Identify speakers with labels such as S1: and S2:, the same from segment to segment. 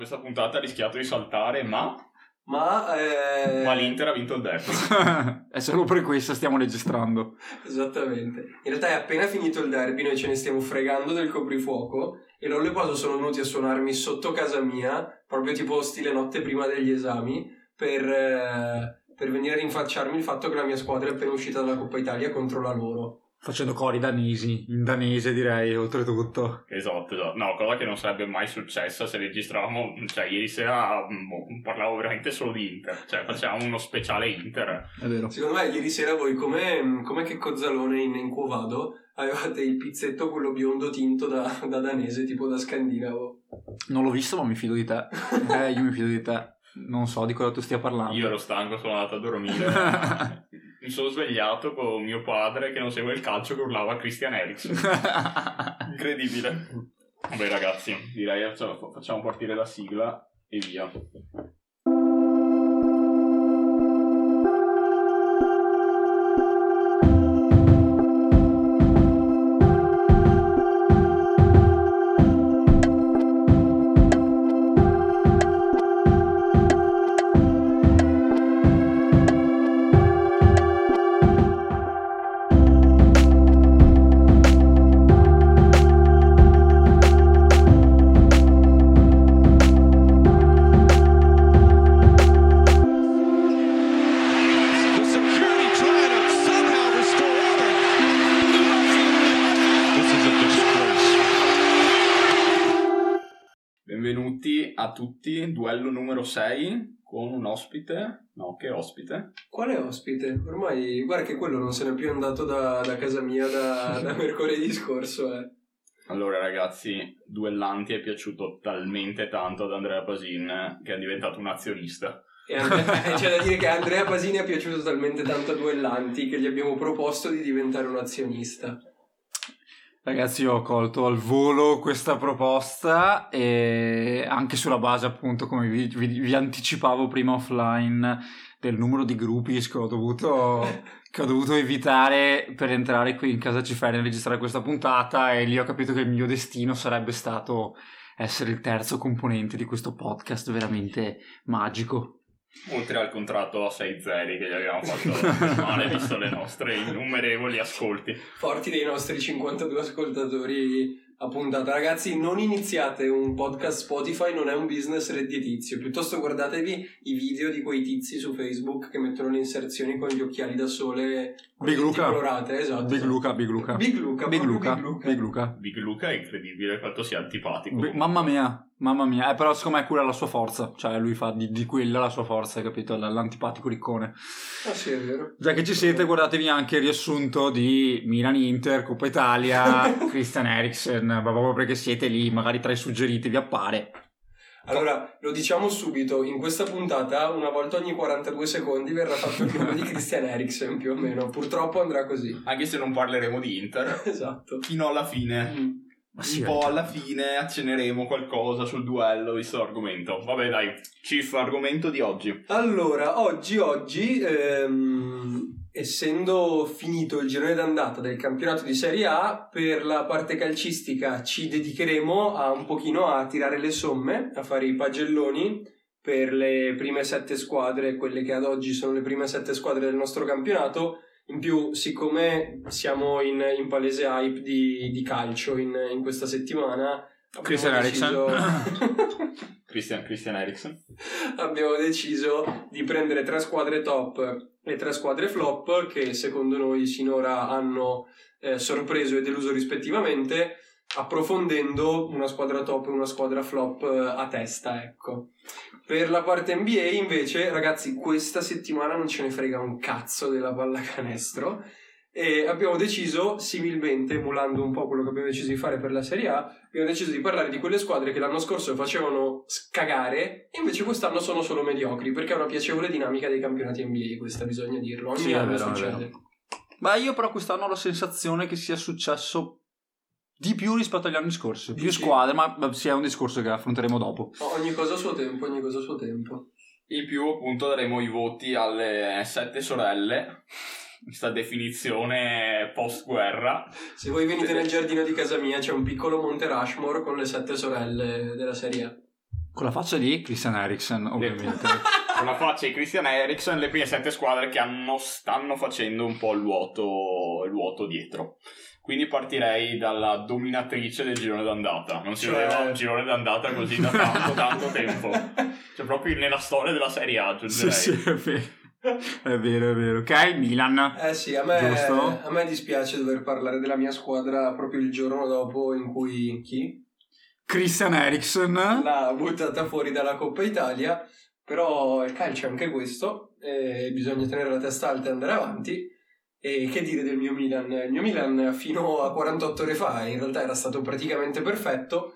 S1: Questa puntata ha rischiato di saltare, ma l'Inter ha vinto il derby.
S2: È solo per questo stiamo registrando.
S3: Esattamente. In realtà è appena finito il derby, noi ce ne stiamo fregando del coprifuoco e loro le cose sono venuti a suonarmi sotto casa mia, proprio tipo stile notte prima degli esami, per venire a rinfacciarmi il fatto che la mia squadra è appena uscita dalla Coppa Italia contro la loro.
S2: Facendo cori danesi, in danese direi, oltretutto.
S1: Esatto. No, cosa che non sarebbe mai successa se registravamo, cioè ieri sera parlavo veramente solo di Inter, cioè facevamo uno speciale Inter.
S2: È vero.
S3: Secondo me ieri sera voi come che Cozzalone in Quo Vado avevate il pizzetto quello biondo tinto da danese, tipo da scandinavo.
S2: Non l'ho visto ma mi fido di te. Io mi fido di te. Non so di cosa tu stia parlando.
S1: Io ero stanco, sono andato a dormire. Mi sono svegliato con mio padre che non segue il calcio che urlava Christian Eriksen. Incredibile. Vabbè ragazzi, direi facciamo partire la sigla e via. Benvenuti a tutti, duello numero 6 con un ospite. No, che ospite?
S3: Quale ospite? Ormai, guarda che quello non se n'è più andato da casa mia da mercoledì scorso,
S1: Allora ragazzi, Duellanti è piaciuto talmente tanto ad Andrea Pasin che è diventato un azionista.
S3: E c'è da dire che a Andrea Pasini è piaciuto talmente tanto a Duellanti che gli abbiamo proposto di diventare un azionista.
S2: Ragazzi, io ho colto al volo questa proposta e anche sulla base, appunto, come vi anticipavo prima offline, del numero di gruppi che ho dovuto evitare per entrare qui in casa Ciferri a registrare questa puntata, e lì ho capito che il mio destino sarebbe stato essere il terzo componente di questo podcast veramente magico.
S1: Oltre al contratto a 6 zeri che gli abbiamo fatto male, visto le nostre innumerevoli ascolti.
S3: Forti dei nostri 52 ascoltatori a puntata. Ragazzi, non iniziate un podcast Spotify, non è un business redditizio. Piuttosto guardatevi i video di quei tizi su Facebook che mettono le inserzioni con gli occhiali da sole
S2: Big Luca.
S3: colorate. Esatto.
S2: Big Luca.
S1: Big Luca è incredibile quanto sia antipatico.
S2: Mamma mia, però secondo me quella è la sua forza, cioè lui fa di quella la sua forza, capito? L'antipatico riccone.
S3: Ah sì, è vero.
S2: Già che ci siete, guardatevi anche il riassunto di Milan-Inter, Coppa Italia, Christian Eriksen, proprio perché siete lì, magari tra i suggeriti vi appare.
S3: Allora, lo diciamo subito, in questa puntata una volta ogni 42 secondi verrà fatto il nome di Christian Eriksen, più o meno. Purtroppo andrà così.
S1: Anche se non parleremo di Inter.
S3: Esatto.
S1: Fino alla fine.
S2: Ma sì,
S1: un po' alla fine acceneremo qualcosa sul duello, visto l'argomento. Vabbè dai, Chief, argomento di oggi.
S3: Allora, oggi essendo finito il girone d'andata del campionato di Serie A, per la parte calcistica ci dedicheremo un pochino a tirare le somme, a fare i pagelloni per le prime 7 squadre, quelle che ad oggi sono le prime 7 squadre del nostro campionato. In più, siccome siamo in palese hype di calcio in questa settimana,
S2: Christian
S1: Eriksen.
S3: Abbiamo deciso di prendere 3 squadre top e 3 squadre flop che secondo noi sinora hanno sorpreso e deluso rispettivamente, approfondendo una squadra top e una squadra flop a testa, ecco. Per la parte NBA invece, ragazzi, questa settimana non ce ne frega un cazzo della pallacanestro e abbiamo deciso, similmente, emulando un po' quello che abbiamo deciso di fare per la Serie A, abbiamo deciso di parlare di quelle squadre che l'anno scorso facevano scagare e invece quest'anno sono solo mediocri, perché è una piacevole dinamica dei campionati NBA, questa bisogna dirlo. Ogni anno succede.
S2: Ma io però quest'anno ho la sensazione che sia successo di più rispetto agli anni scorsi. Più squadre, ma sia un discorso che affronteremo dopo.
S3: Ogni cosa a suo tempo.
S1: In più appunto daremo i voti alle 7 sorelle, questa definizione post guerra.
S3: Se voi venite nel giardino di casa mia c'è un piccolo Monte Rushmore con le 7 sorelle della Serie A.
S2: Con la faccia di Christian Eriksen, ovviamente.
S1: Con la faccia di Christian Eriksen, le prime 7 squadre che stanno facendo un po' il vuoto dietro. Quindi partirei dalla dominatrice del girone d'andata. Non si vedeva un girone d'andata così da tanto tempo. Cioè proprio nella storia della Serie A, aggiungerei.
S2: Sì, è vero. È vero. Ok, Milan.
S3: Sì,
S2: giusto?
S3: a me dispiace dover parlare della mia squadra proprio il giorno dopo in cui
S2: Christian Eriksen
S3: l'ha buttata fuori dalla Coppa Italia, però il calcio è anche questo, bisogna tenere la testa alta e andare avanti. E che dire del mio Milan? Il mio Milan fino a 48 ore fa in realtà era stato praticamente perfetto,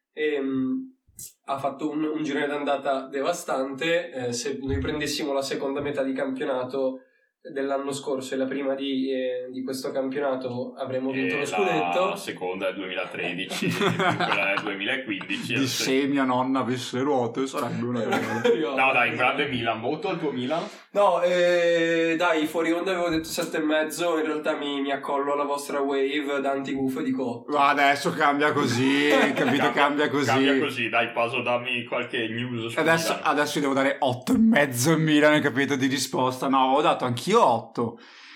S3: ha fatto un girone d'andata devastante. Se noi prendessimo la seconda metà di campionato dell'anno scorso e la prima di questo campionato avremmo vinto lo scudetto.
S1: La seconda è 2013 quella è 2015.
S2: Di se mia nonna avesse le ruote sarebbe una cosa.
S1: No dai, grande Milan. Voto al tuo Milan?
S3: No, dai, fuori onda avevo detto 7,5. In realtà mi accollo alla vostra wave da antigufo e dico 8.
S2: Adesso cambia così, capito? Cambia così.
S1: Dai, Paso, dammi qualche news su
S2: Adesso io devo dare 8,5 al Milan, capito, di risposta. No, ho dato anch'io 8,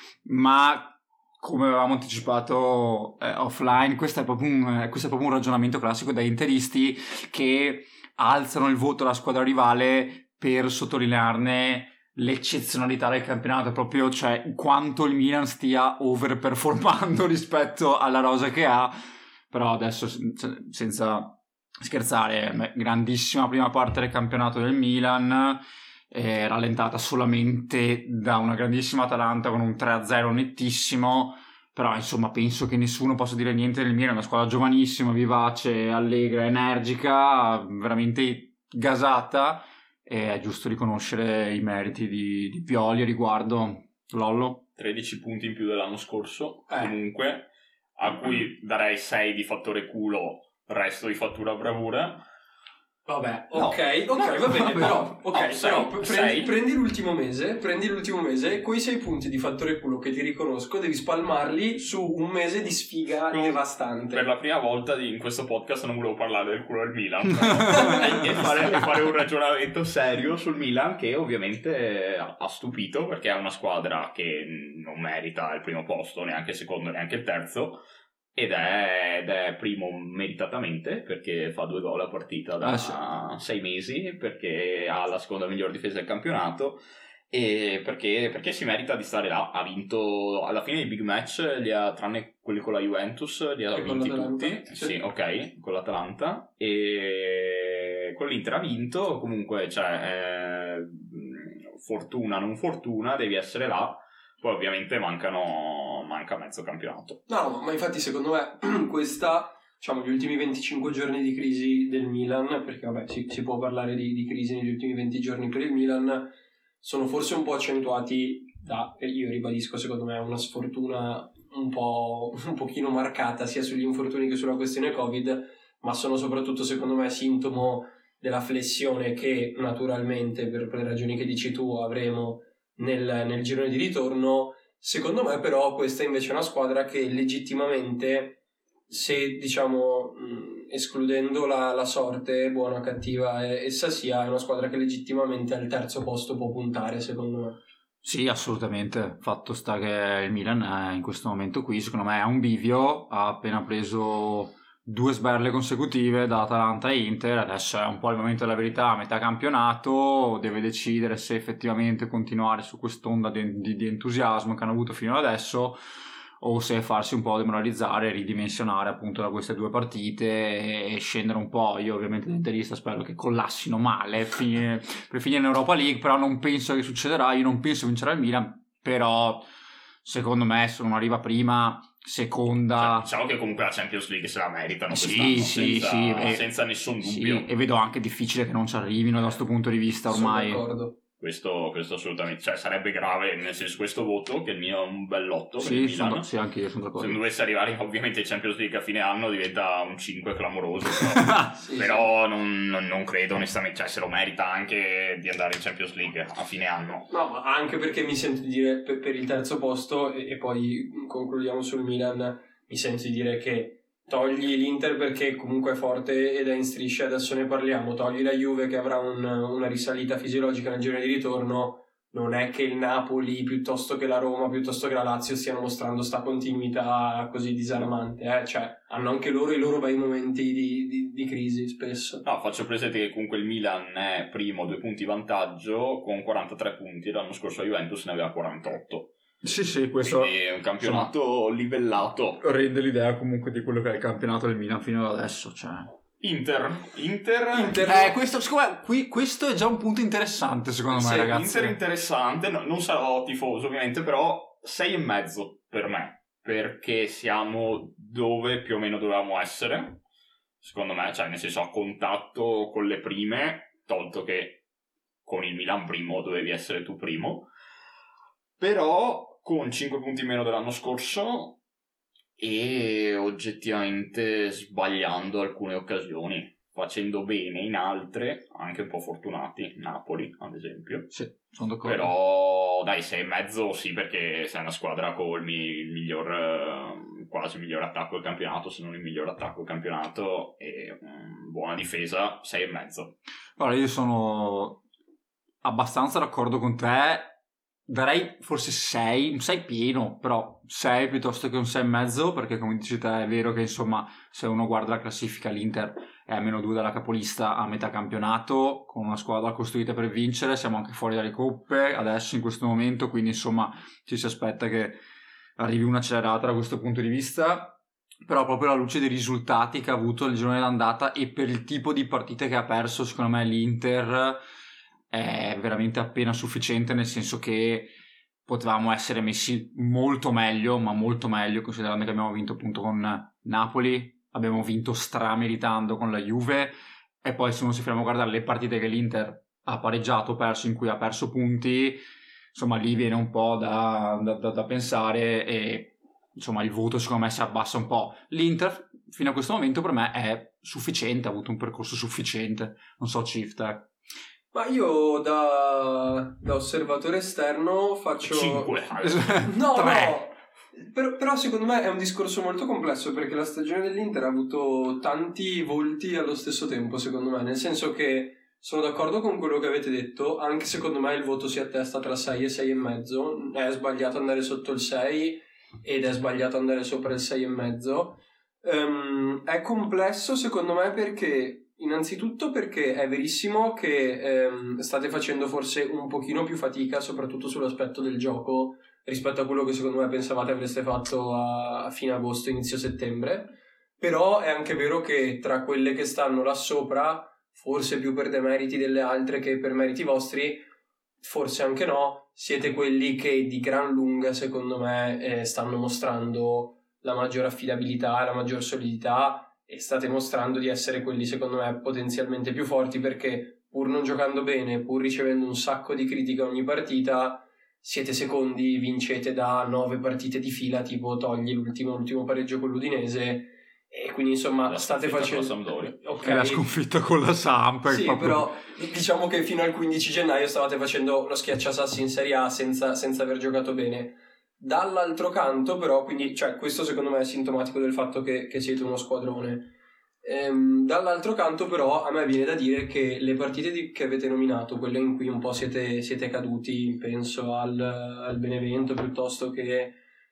S2: ma come avevamo anticipato offline, questo è proprio un ragionamento classico da interisti che alzano il voto alla squadra rivale per sottolinearne l'eccezionalità del campionato, proprio, cioè quanto il Milan stia overperformando rispetto alla rosa che ha. Però adesso, senza scherzare, grandissima prima parte del campionato del Milan, rallentata solamente da una grandissima Atalanta con un 3-0 nettissimo. Però insomma penso che nessuno possa dire niente del Milan, è una squadra giovanissima, vivace, allegra, energica, veramente gasata, e è giusto riconoscere i meriti di Pioli a riguardo. Lollo?
S1: 13 punti in più dell'anno scorso, comunque, a cui darei 6 di fattore culo, resto di fattura bravura.
S3: Vabbè, ok, va bene, però prendi l'ultimo mese, quei 6 punti di fattore culo che ti riconosco, devi spalmarli su un mese di sfiga devastante.
S1: Per la prima volta in questo podcast non volevo parlare del culo del Milan, e fare un ragionamento serio sul Milan, che ovviamente ha stupito, perché è una squadra che non merita il primo posto, neanche il secondo, neanche il terzo. Ed è primo meritatamente, perché fa 2 gol a partita da 6 mesi, perché ha la seconda miglior difesa del campionato, e perché si merita di stare là. Ha vinto alla fine i big match, tranne quelli con la Juventus, li ha vinti tutti. Sì, ok, con l'Atalanta, e con l'Inter ha vinto. Comunque, cioè, fortuna non fortuna, devi essere là. Poi ovviamente manca mezzo campionato.
S3: No, ma infatti secondo me gli ultimi 25 giorni di crisi del Milan, perché vabbè si può parlare di crisi negli ultimi 20 giorni per il Milan, sono forse un po' accentuati io ribadisco, secondo me una sfortuna un pochino marcata sia sugli infortuni che sulla questione Covid, ma sono soprattutto secondo me sintomo della flessione che naturalmente per le ragioni che dici tu avremo nel girone di ritorno. Secondo me però questa invece è una squadra che legittimamente, se escludendo la sorte buona o cattiva essa sia, è una squadra che legittimamente al terzo posto può puntare, secondo me.
S2: Sì, assolutamente. Fatto sta che il Milan è in questo momento qui, secondo me è un bivio, ha appena preso 2 sberle consecutive da Atalanta e Inter, adesso è un po' il momento della verità, a metà campionato deve decidere se effettivamente continuare su quest'onda di entusiasmo che hanno avuto fino ad adesso, o se farsi un po' demoralizzare, ridimensionare appunto da queste 2 partite e scendere un po'. Io ovviamente da interista spero che collassino male per finire in Europa League, però non penso che succederà. Io non penso vincerà il Milan, però secondo me se non arriva prima, seconda,
S1: diciamo che comunque la Champions League se la meritano senza nessun dubbio.
S2: Sì, e vedo anche difficile che non ci arrivino da questo punto di vista ormai.
S3: Sono d'accordo.
S1: Questo assolutamente, cioè sarebbe grave, nel senso, questo voto, che il mio è un bell'otto per il Milan.
S2: Sì, anche io sono d'accordo.
S1: Se dovesse arrivare ovviamente in Champions League a fine anno diventa un 5 clamoroso, però non credo onestamente, cioè se lo merita anche di andare in Champions League a fine anno.
S3: No, ma anche perché mi sento di dire per il terzo posto, e poi concludiamo sul Milan, mi sento di dire che togli l'Inter perché comunque è forte ed è in striscia, adesso ne parliamo, togli la Juve che avrà una risalita fisiologica nel girone di ritorno, non è che il Napoli piuttosto che la Roma, piuttosto che la Lazio stiano mostrando sta continuità così disarmante, cioè hanno anche loro i loro bei momenti di crisi spesso.
S1: No, faccio presente che comunque il Milan è primo, 2 punti vantaggio con 43 punti, l'anno scorso la Juventus ne aveva 48.
S2: Sì, questo
S1: quindi è un campionato livellato.
S2: rende l'idea comunque di quello che è il campionato del Milan fino ad adesso, cioè.
S1: Inter.
S2: Questo è già un punto interessante secondo me, ragazzi.
S1: Inter interessante, no, non sarò tifoso ovviamente, però 6,5 per me, perché siamo dove più o meno dovevamo essere, secondo me, cioè nel senso a contatto con le prime, tolto che con il Milan primo dovevi essere tu primo, però con 5 punti meno dell'anno scorso e oggettivamente sbagliando alcune occasioni, facendo bene in altre, anche un po' fortunati, Napoli ad esempio.
S2: Sì, sono d'accordo.
S1: Però dai, 6,5 sì, perché sei una squadra con il miglior, quasi il miglior attacco del campionato, se non il miglior attacco del campionato, e buona difesa, 6,5.
S2: Allora, io sono abbastanza d'accordo con te. Darei forse 6, un 6 pieno, però 6 piuttosto che un 6,5, perché come dici te è vero che insomma se uno guarda la classifica l'Inter è a -2 dalla capolista a metà campionato, con una squadra costruita per vincere, siamo anche fuori dalle coppe adesso in questo momento, quindi insomma ci si aspetta che arrivi un'accelerata da questo punto di vista, però proprio alla luce dei risultati che ha avuto nel girone d'andata e per il tipo di partite che ha perso, secondo me l'Inter è veramente appena sufficiente, nel senso che potevamo essere messi molto meglio, ma molto meglio, considerando che abbiamo vinto appunto con Napoli, abbiamo vinto strameritando con la Juve, e poi se uno si ferma a guardare le partite che l'Inter ha pareggiato, perso, in cui ha perso punti, insomma lì viene un po' da pensare e insomma il voto secondo me si abbassa un po'. L'Inter fino a questo momento per me è sufficiente, ha avuto un percorso sufficiente, non so Civ te.
S3: Ma io da osservatore esterno faccio
S1: 5.
S3: No,
S2: 3.
S3: no. Però secondo me è un discorso molto complesso, perché la stagione dell'Inter ha avuto tanti volti allo stesso tempo, secondo me, nel senso che sono d'accordo con quello che avete detto, anche secondo me il voto si attesta tra 6 e 6,5, è sbagliato andare sotto il 6 ed è sbagliato andare sopra il 6,5. È complesso secondo me perché innanzitutto perché è verissimo che state facendo forse un pochino più fatica soprattutto sull'aspetto del gioco rispetto a quello che secondo me pensavate avreste fatto a fine agosto, inizio settembre, però è anche vero che tra quelle che stanno là sopra, forse più per demeriti delle altre che per meriti vostri, forse anche no, siete quelli che di gran lunga secondo me stanno mostrando la maggior affidabilità, la maggior solidità, e state mostrando di essere quelli secondo me potenzialmente più forti, perché pur non giocando bene, pur ricevendo un sacco di critiche ogni partita, siete secondi, vincete da 9 partite di fila, tipo togli l'ultimo pareggio con l'Udinese, e quindi insomma state facendo
S2: Okay. La sconfitta con la Samp,
S3: sì, proprio... però diciamo che fino al 15 gennaio stavate facendo lo schiacciasassi in Serie A senza aver giocato bene. Dall'altro canto però, quindi cioè, questo secondo me è sintomatico del fatto che siete uno squadrone. Dall'altro canto però a me viene da dire che le partite che avete nominato, quelle in cui un po' siete caduti, penso al Benevento piuttosto che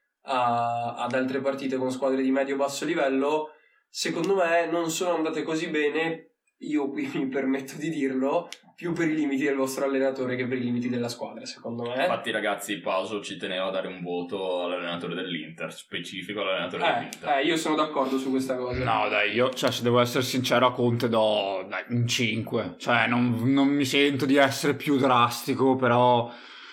S3: ad altre partite con squadre di medio-basso livello, secondo me non sono andate così bene, io qui mi permetto di dirlo, più per i limiti del vostro allenatore che per i limiti della squadra, secondo me.
S1: Infatti ragazzi, Paso ci teneva a dare un voto all'allenatore dell'Inter, specifico all'allenatore dell'Inter.
S3: Io sono d'accordo su questa cosa.
S2: No dai, io cioè, se devo essere sincero a Conte do un 5, cioè non mi sento di essere più drastico, però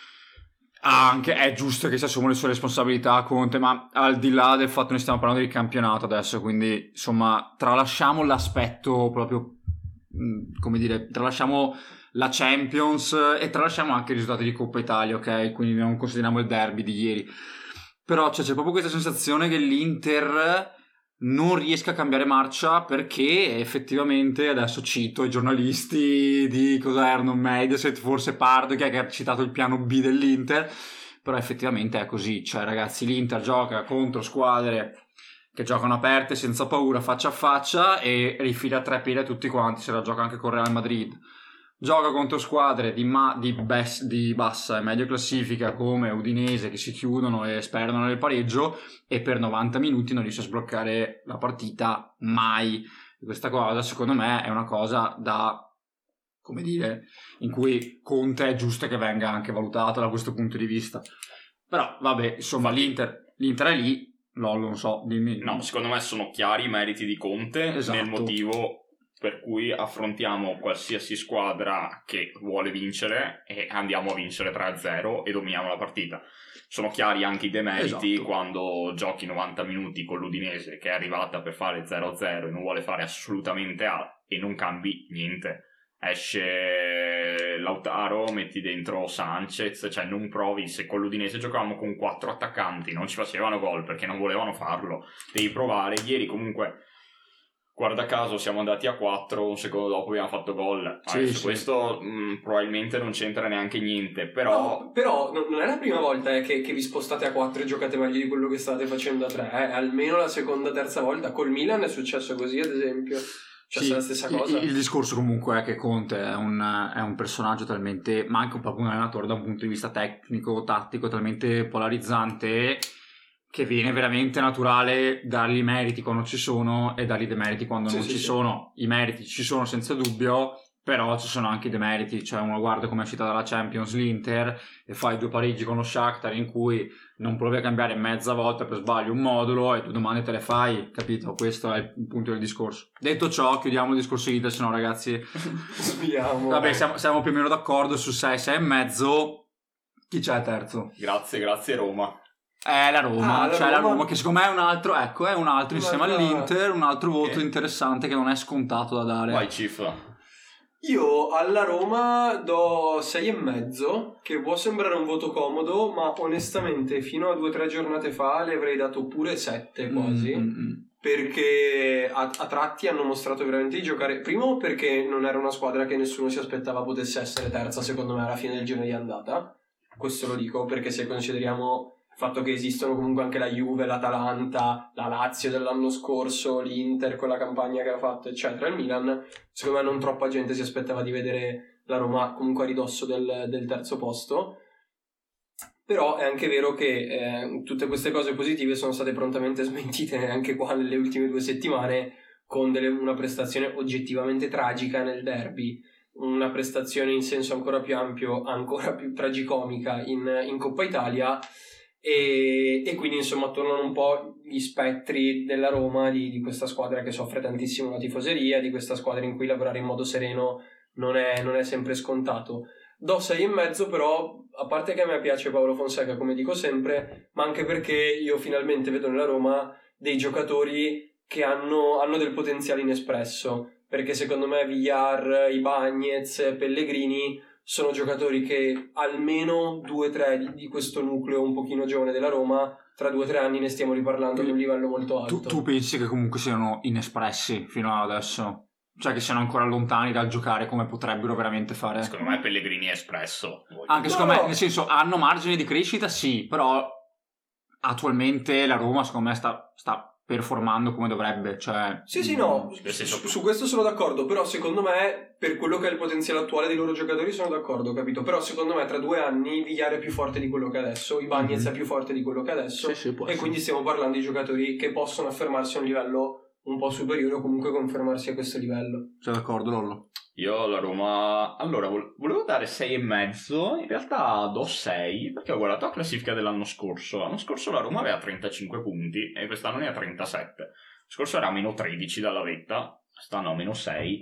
S2: anche è giusto che si assuma le sue responsabilità Conte, ma al di là del fatto che noi stiamo parlando di campionato adesso, quindi insomma tralasciamo l'aspetto proprio, come dire, tralasciamo la Champions e tralasciamo anche i risultati di Coppa Italia, ok? Quindi non consideriamo il derby di ieri, però c'è proprio questa sensazione che l'Inter non riesca a cambiare marcia, perché effettivamente, adesso cito i giornalisti di cos'erano, Mediaset, forse Pardo, che ha citato il piano B dell'Inter, però effettivamente è così, cioè ragazzi l'Inter gioca contro squadre che giocano aperte, senza paura, faccia a faccia, e rifila 3 piedi a tutti quanti, se la gioca anche con Real Madrid. Gioca contro squadre di bassa e media classifica come Udinese, che si chiudono e sperano nel pareggio, e per 90 minuti non riesce a sbloccare la partita mai. E questa cosa secondo me è una cosa come dire, in cui Conte è giusto che venga anche valutato da questo punto di vista. Però vabbè, insomma, l'Inter è lì. Non so, dimmi.
S1: No, secondo me sono chiari i meriti di Conte,
S2: esatto,
S1: nel motivo per cui affrontiamo qualsiasi squadra che vuole vincere e andiamo a vincere 3-0 e dominiamo la partita. Sono chiari anche i demeriti,
S2: esatto,
S1: quando giochi 90 minuti con l'Udinese, che è arrivata per fare 0-0 e non vuole fare assolutamente A, e non cambi niente. Esce Lautaro, metti dentro Sanchez, cioè non provi. Se con l'Udinese giocavamo con 4 attaccanti non ci facevano gol perché non volevano farlo, devi provare. Ieri comunque, guarda caso, siamo andati a 4, un secondo dopo abbiamo fatto gol. Su questo probabilmente non c'entra neanche niente, però...
S3: No, però non è la prima volta che vi spostate a 4 e giocate meglio di quello che state facendo a 3, almeno la seconda, terza volta. Col Milan è successo così, ad esempio. Cioè,
S2: sì,
S3: la stessa cosa.
S2: Il discorso comunque è che Conte è un personaggio talmente, ma anche un po' un allenatore da un punto di vista tecnico, tattico, talmente polarizzante, che viene veramente naturale dargli i meriti quando ci sono e dargli i demeriti quando non ci sono. I meriti ci sono senza dubbio, però ci sono anche i demeriti. Cioè, uno guarda come è uscita dalla Champions l'Inter e fai 2 pareggi con lo Shakhtar in cui non provi a cambiare mezza volta per sbaglio un modulo e 2 domande te le fai, capito? Questo è il punto del discorso. Detto ciò, chiudiamo il discorso Inter, se no ragazzi
S3: sviamo.
S2: Vabbè, siamo più o meno d'accordo su 6,5. Chi c'è terzo?
S1: Grazie Roma.
S2: La Roma, la Roma che secondo me è un altro, è un altro insieme all'Inter, un altro voto interessante che non è scontato da dare.
S1: Vai cifra.
S3: Io alla Roma do 6,5, che può sembrare un voto comodo, ma onestamente fino a 2 o 3 giornate fa le avrei dato pure 7 quasi, perché a tratti hanno mostrato veramente di giocare. Primo perché non era una squadra che nessuno si aspettava potesse essere terza, secondo me, alla fine del girone di andata. Questo lo dico perché se consideriamo il fatto che esistono comunque anche la Juve, l'Atalanta, la Lazio dell'anno scorso, l'Inter con la campagna che ha fatto, eccetera, il Milan, secondo me non troppa gente si aspettava di vedere la Roma comunque a ridosso del terzo posto. Però è anche vero che tutte queste cose positive sono state prontamente smentite anche qua nelle ultime 2 settimane, con una prestazione oggettivamente tragica nel derby, una prestazione in senso ancora più ampio, ancora più tragicomica in Coppa Italia, e quindi insomma tornano un po' gli spettri della Roma, di questa squadra che soffre tantissimo la tifoseria, di questa squadra in cui lavorare in modo sereno non è sempre scontato. Do 6,5, però a parte che a me piace Paolo Fonseca, come dico sempre, ma anche perché io finalmente vedo nella Roma dei giocatori che hanno del potenziale inespresso, perché secondo me Villar, Ibañez, Pellegrini sono giocatori che almeno 2-3 di questo nucleo un pochino giovane della Roma, tra 2 o 3 anni ne stiamo riparlando di un livello molto alto.
S2: Tu pensi che comunque siano inespressi fino ad adesso? Cioè che siano ancora lontani dal giocare come potrebbero veramente fare?
S1: Secondo me Pellegrini è espresso.
S2: Anche secondo me, nel senso, hanno margini di crescita, sì, però attualmente la Roma secondo me sta performando come dovrebbe, cioè...
S3: Sì, no, su questo sono d'accordo, però secondo me, per quello che è il potenziale attuale dei loro giocatori, sono d'accordo, capito? Però secondo me tra 2 anni Villar è più forte di quello che è adesso, Ibañez è più forte di quello che è adesso, e quindi stiamo parlando di giocatori che possono affermarsi a un livello un po' superiore o comunque confermarsi a questo livello.
S2: Sei d'accordo, Lollo?
S1: Io alla Roma, allora, volevo dare 6,5, in realtà do 6, perché ho guardato la classifica dell'anno scorso. L'anno scorso la Roma aveva 35 punti e quest'anno ne ha 37. L'anno scorso era a meno 13 dalla vetta, quest'anno a meno 6.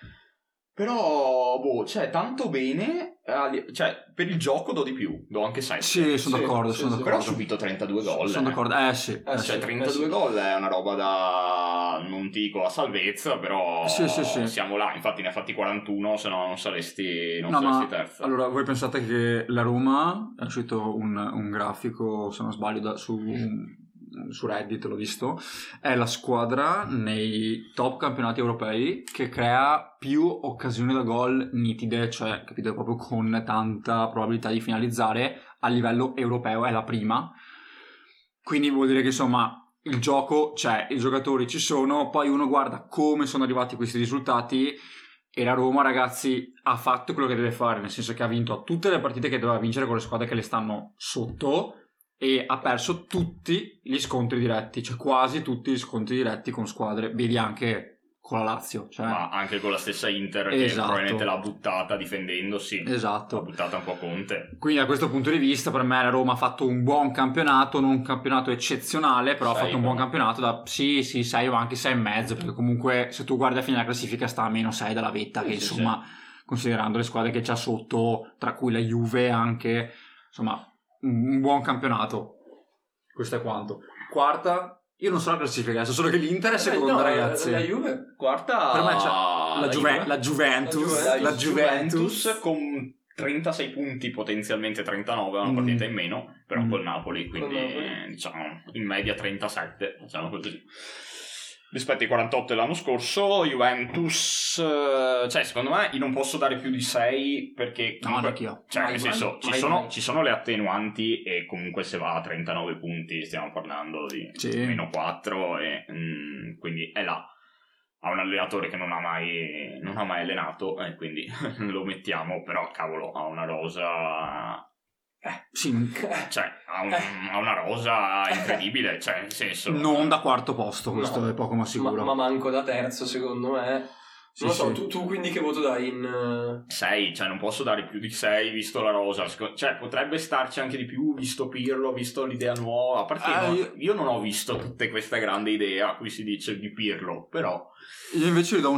S1: Però, cioè, tanto bene, cioè, per il gioco do di più, do anche 7.
S2: Sì, sono d'accordo.
S1: Però ha subito 32 gol.
S2: Sono d'accordo, sì.
S1: Cioè, 32 gol è una roba da, non dico a salvezza, però siamo là. Infatti ne ha fatti 41, se no non saresti terza.
S2: Allora, voi pensate che la Roma, è uscito un grafico, se non sbaglio, su Reddit l'ho visto, è la squadra nei top campionati europei che crea più occasioni da gol nitide, cioè capito, proprio con tanta probabilità di finalizzare a livello europeo, è la prima. Quindi vuol dire che insomma il gioco c'è, i giocatori ci sono, poi uno guarda come sono arrivati questi risultati e la Roma, ragazzi, ha fatto quello che deve fare, nel senso che ha vinto tutte le partite che doveva vincere con le squadre che le stanno sotto e ha perso tutti gli scontri diretti, cioè quasi tutti gli scontri diretti con squadre, vedi anche con la Lazio, cioè...
S1: ma anche con la stessa Inter che probabilmente l'ha buttata difendendosi,
S2: esatto,
S1: l'ha buttata un po' Conte.
S2: Quindi da questo punto di vista per me la Roma ha fatto un buon campionato, non un campionato eccezionale, però ha fatto un buon campionato da 6 o anche 6,5, perché comunque se tu guardi a fine la classifica sta a meno 6 dalla vetta, che insomma considerando le squadre che c'ha sotto, tra cui la Juve anche, insomma un buon campionato. Questo è quanto. Quarta, io non so la classifica, so solo che l'Inter è seconda, ragazzi.
S3: La Juve
S1: quarta,
S2: per me c'è la Juventus
S1: con 36 punti, potenzialmente 39, una partita in meno, però col Napoli, quindi diciamo in media 37, diciamo così. Rispetto ai 48 dell'anno scorso, Juventus, cioè secondo me io non posso dare più di 6 perché comunque, cioè nel senso ci sono le attenuanti e comunque se va a 39 punti stiamo parlando di meno 4 e quindi è là. Ha un allenatore che non ha mai allenato e quindi lo mettiamo, però cavolo, ha una rosa... cioè ha una rosa incredibile, cioè nel senso
S2: non da quarto posto, questo è poco ma sicuro,
S3: ma manco da terzo secondo me. Non lo so, tu quindi che voto dai in
S1: 6? Cioè non posso dare più di 6 visto la rosa, cioè potrebbe starci anche di più visto Pirlo, visto l'idea nuova, a parte io non ho visto tutte questa grande idea a cui si dice di Pirlo, però
S2: io invece gli do un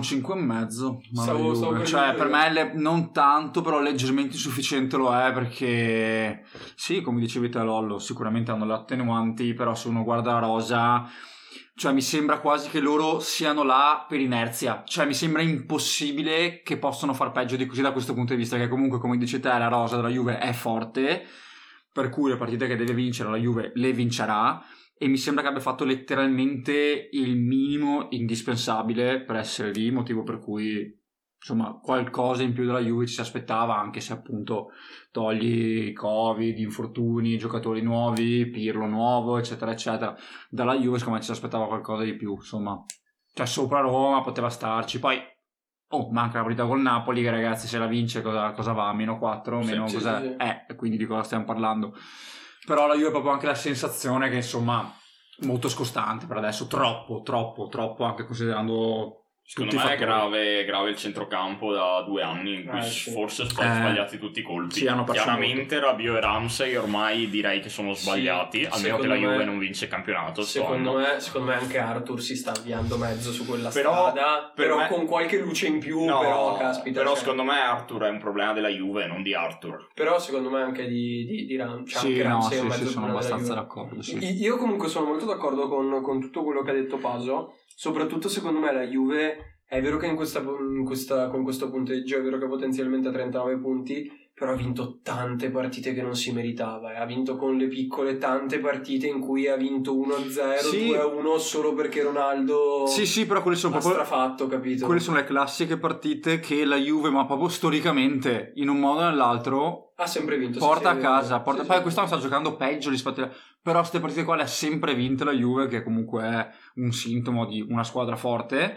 S2: 5,5, cioè per me non tanto, però leggermente insufficiente lo è, perché sì, come dicevi te Lollo, sicuramente hanno le attenuanti, però se uno guarda la rosa, cioè mi sembra quasi che loro siano là per inerzia, cioè mi sembra impossibile che possano far peggio di così da questo punto di vista, che comunque come dici te la rosa della Juve è forte, per cui le partite che deve vincere la Juve le vincerà, e mi sembra che abbia fatto letteralmente il minimo indispensabile per essere lì, motivo per cui insomma qualcosa in più della Juve ci si aspettava, anche se appunto togli Covid, infortuni, giocatori nuovi, Pirlo nuovo, eccetera eccetera, dalla Juve secondo me ci si aspettava qualcosa di più, insomma, cioè sopra Roma poteva starci, poi manca la partita col Napoli che ragazzi se la vince cosa va? Meno 4? Meno cos'è? Quindi di cosa stiamo parlando? Però la Juve è proprio anche la sensazione che insomma molto scostante per adesso, troppo anche considerando
S1: secondo me è grave il centrocampo da 2 anni in cui forse sono sbagliati tutti i colpi. Chiaramente Rabiot e Ramsey ormai direi che sono sbagliati, almeno che la Juve non vince il campionato.
S3: Secondo me anche Arthur si sta avviando mezzo su quella strada, però con qualche luce in più, però caspita.
S1: Però secondo me Arthur è un problema della Juve, non di Arthur.
S3: Però secondo me anche di Ramsey.
S2: Sì, sono abbastanza d'accordo.
S3: Io comunque sono molto d'accordo con tutto quello che ha detto Paso. Soprattutto secondo me la Juve è vero che con questo punteggio è vero che potenzialmente ha 39 punti, però ha vinto tante partite che non si meritava, ha vinto con le piccole tante partite in cui ha vinto 1-0, 2-1 solo perché Ronaldo
S2: però quelle sono proprio
S3: strafatto, capito?
S2: Quelle sono le classiche partite che la Juve, ma proprio storicamente, in un modo o nell'altro,
S3: ha sempre vinto,
S2: porta a casa, poi quest'anno sta giocando peggio rispetto però queste partite qua le ha sempre vinte la Juve, che comunque è un sintomo di una squadra forte.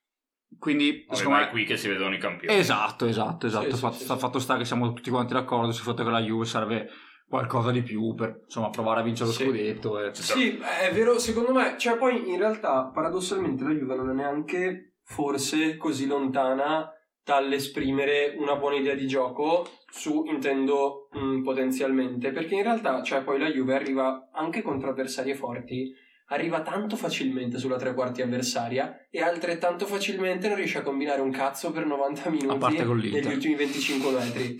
S2: Quindi
S1: secondo me è qui che si vedono i campioni.
S2: Esatto. Fatto sta che siamo tutti quanti d'accordo sul fatto che la Juve serve qualcosa di più per insomma provare a vincere lo scudetto.
S3: Sì, è vero, secondo me, cioè poi in realtà paradossalmente la Juve non è neanche forse così lontana dall'esprimere una buona idea di gioco intendo potenzialmente, perché in realtà cioè poi la Juve arriva anche contro avversarie forti, arriva tanto facilmente sulla tre quarti avversaria e altrettanto facilmente non riesce a combinare un cazzo per 90 minuti negli ultimi 25 metri.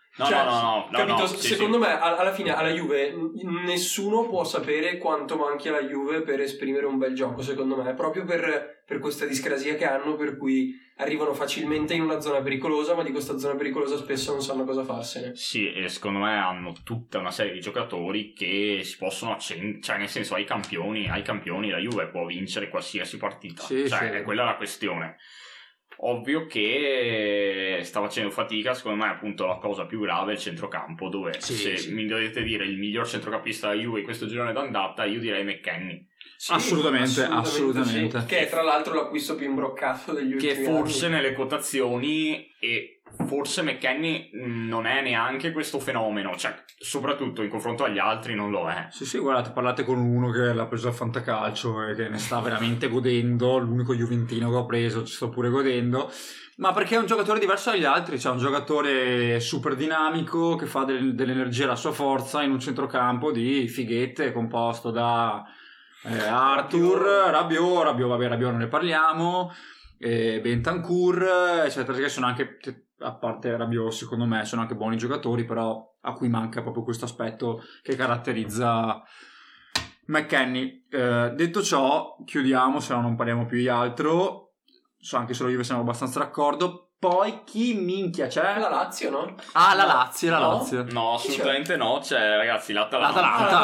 S1: No,
S3: secondo me alla fine alla Juve nessuno può sapere quanto manchi alla Juve per esprimere un bel gioco, secondo me, proprio per questa discrasia che hanno, per cui arrivano facilmente in una zona pericolosa, ma di questa zona pericolosa spesso non sanno cosa farsene.
S1: Sì, e secondo me hanno tutta una serie di giocatori che si possono cioè nel senso ai campioni la Juve può vincere qualsiasi partita, è quella la questione. ovvio che sta facendo fatica. Secondo me appunto la cosa più grave è il centrocampo, dove se mi dovete dire il miglior centrocampista della Juve in questo girone d'andata, io direi McKennie.
S2: Sì, assolutamente.
S3: Sì. Che è tra l'altro l'acquisto più imbroccato degli ultimi anni.
S1: Che forse nelle quotazioni, e forse McKennie non è neanche questo fenomeno, cioè soprattutto in confronto agli altri non lo è.
S2: Sì, guardate, parlate con uno che l'ha preso al fantacalcio e che ne sta veramente godendo, l'unico juventino che ho preso, ci sto pure godendo, ma perché è un giocatore diverso dagli altri, cioè un giocatore super dinamico che fa dell'energia la sua forza in un centrocampo di fighette composto da Arthur, Rabiot, vabbè, Rabiot non ne parliamo, Bentancur, eccetera, perché sono anche, a parte Rabiot secondo me sono anche buoni giocatori, però a cui manca proprio questo aspetto che caratterizza McKennie. Detto ciò, chiudiamo, se no non parliamo più di altro. Anche se io siamo abbastanza d'accordo. Poi chi minchia c'è?
S3: La Lazio, no?
S2: Ah, la Lazio, la Lazio.
S1: No, assolutamente no, c'è ragazzi l'Atalanta.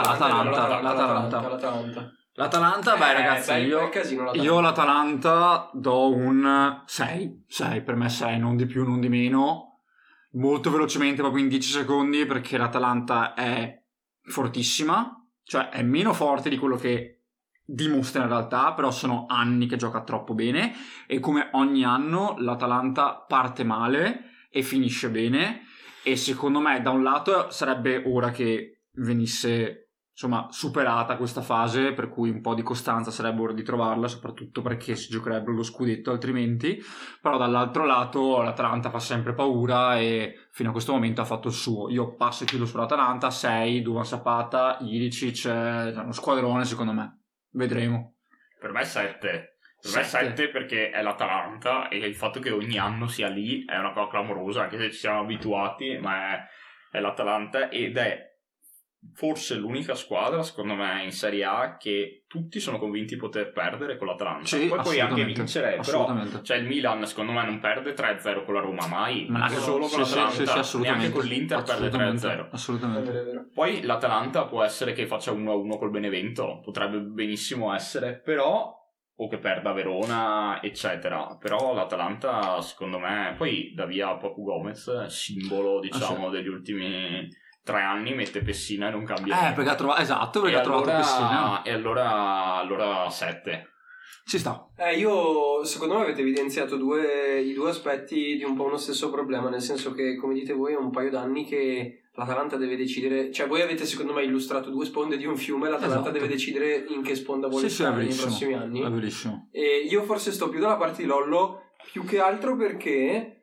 S2: L'Atalanta, beh ragazzi, io l'Atalanta do un 6, per me 6, non di più, non di meno, molto velocemente, proprio in 10 secondi, perché l'Atalanta è fortissima, cioè è meno forte di quello che dimostra in realtà, però sono anni che gioca troppo bene, e come ogni anno l'Atalanta parte male e finisce bene, e secondo me da un lato sarebbe ora che venisse insomma superata questa fase, per cui un po' di costanza sarebbe ora di trovarla, soprattutto perché si giocherebbe lo scudetto altrimenti, però dall'altro lato l'Atalanta fa sempre paura e fino a questo momento ha fatto il suo. Io passo e chiudo sull'Atalanta, 6, Duvan Zapata, Ilicic, uno squadrone secondo me, vedremo.
S1: Per me 7. Per me 7 perché è l'Atalanta, e il fatto che ogni anno sia lì è una cosa clamorosa, anche se ci siamo abituati, ma è l'Atalanta, ed è forse l'unica squadra, secondo me, in Serie A che tutti sono convinti di poter perdere con l'Atalanta.
S2: Sì,
S1: poi puoi anche vincere, però
S2: cioè
S1: il Milan secondo me non perde 3-0 con la Roma mai,
S2: ma
S1: solo con l'Atalanta, neanche con l'Inter perde 3-0.
S2: Assolutamente.
S1: Poi l'Atalanta può essere che faccia 1-1 col Benevento, potrebbe benissimo essere, però, o che perda Verona, eccetera. Però l'Atalanta, secondo me, poi dà via Papu Gomez, simbolo, diciamo, degli ultimi 3 anni, mette Pessina e non cambia.
S2: Perché ha trovato Pessina.
S1: E allora 7.
S2: Ci sta.
S3: Io, secondo me avete evidenziato i due aspetti di un po' uno stesso problema, nel senso che, come dite voi, è un paio d'anni che l'Atalanta deve decidere, cioè voi avete secondo me illustrato 2 sponde di un fiume, l'Atalanta deve decidere in che sponda vuole stare nei prossimi anni.
S2: È verissimo.
S3: E io forse sto più dalla parte di Lollo, più che altro perché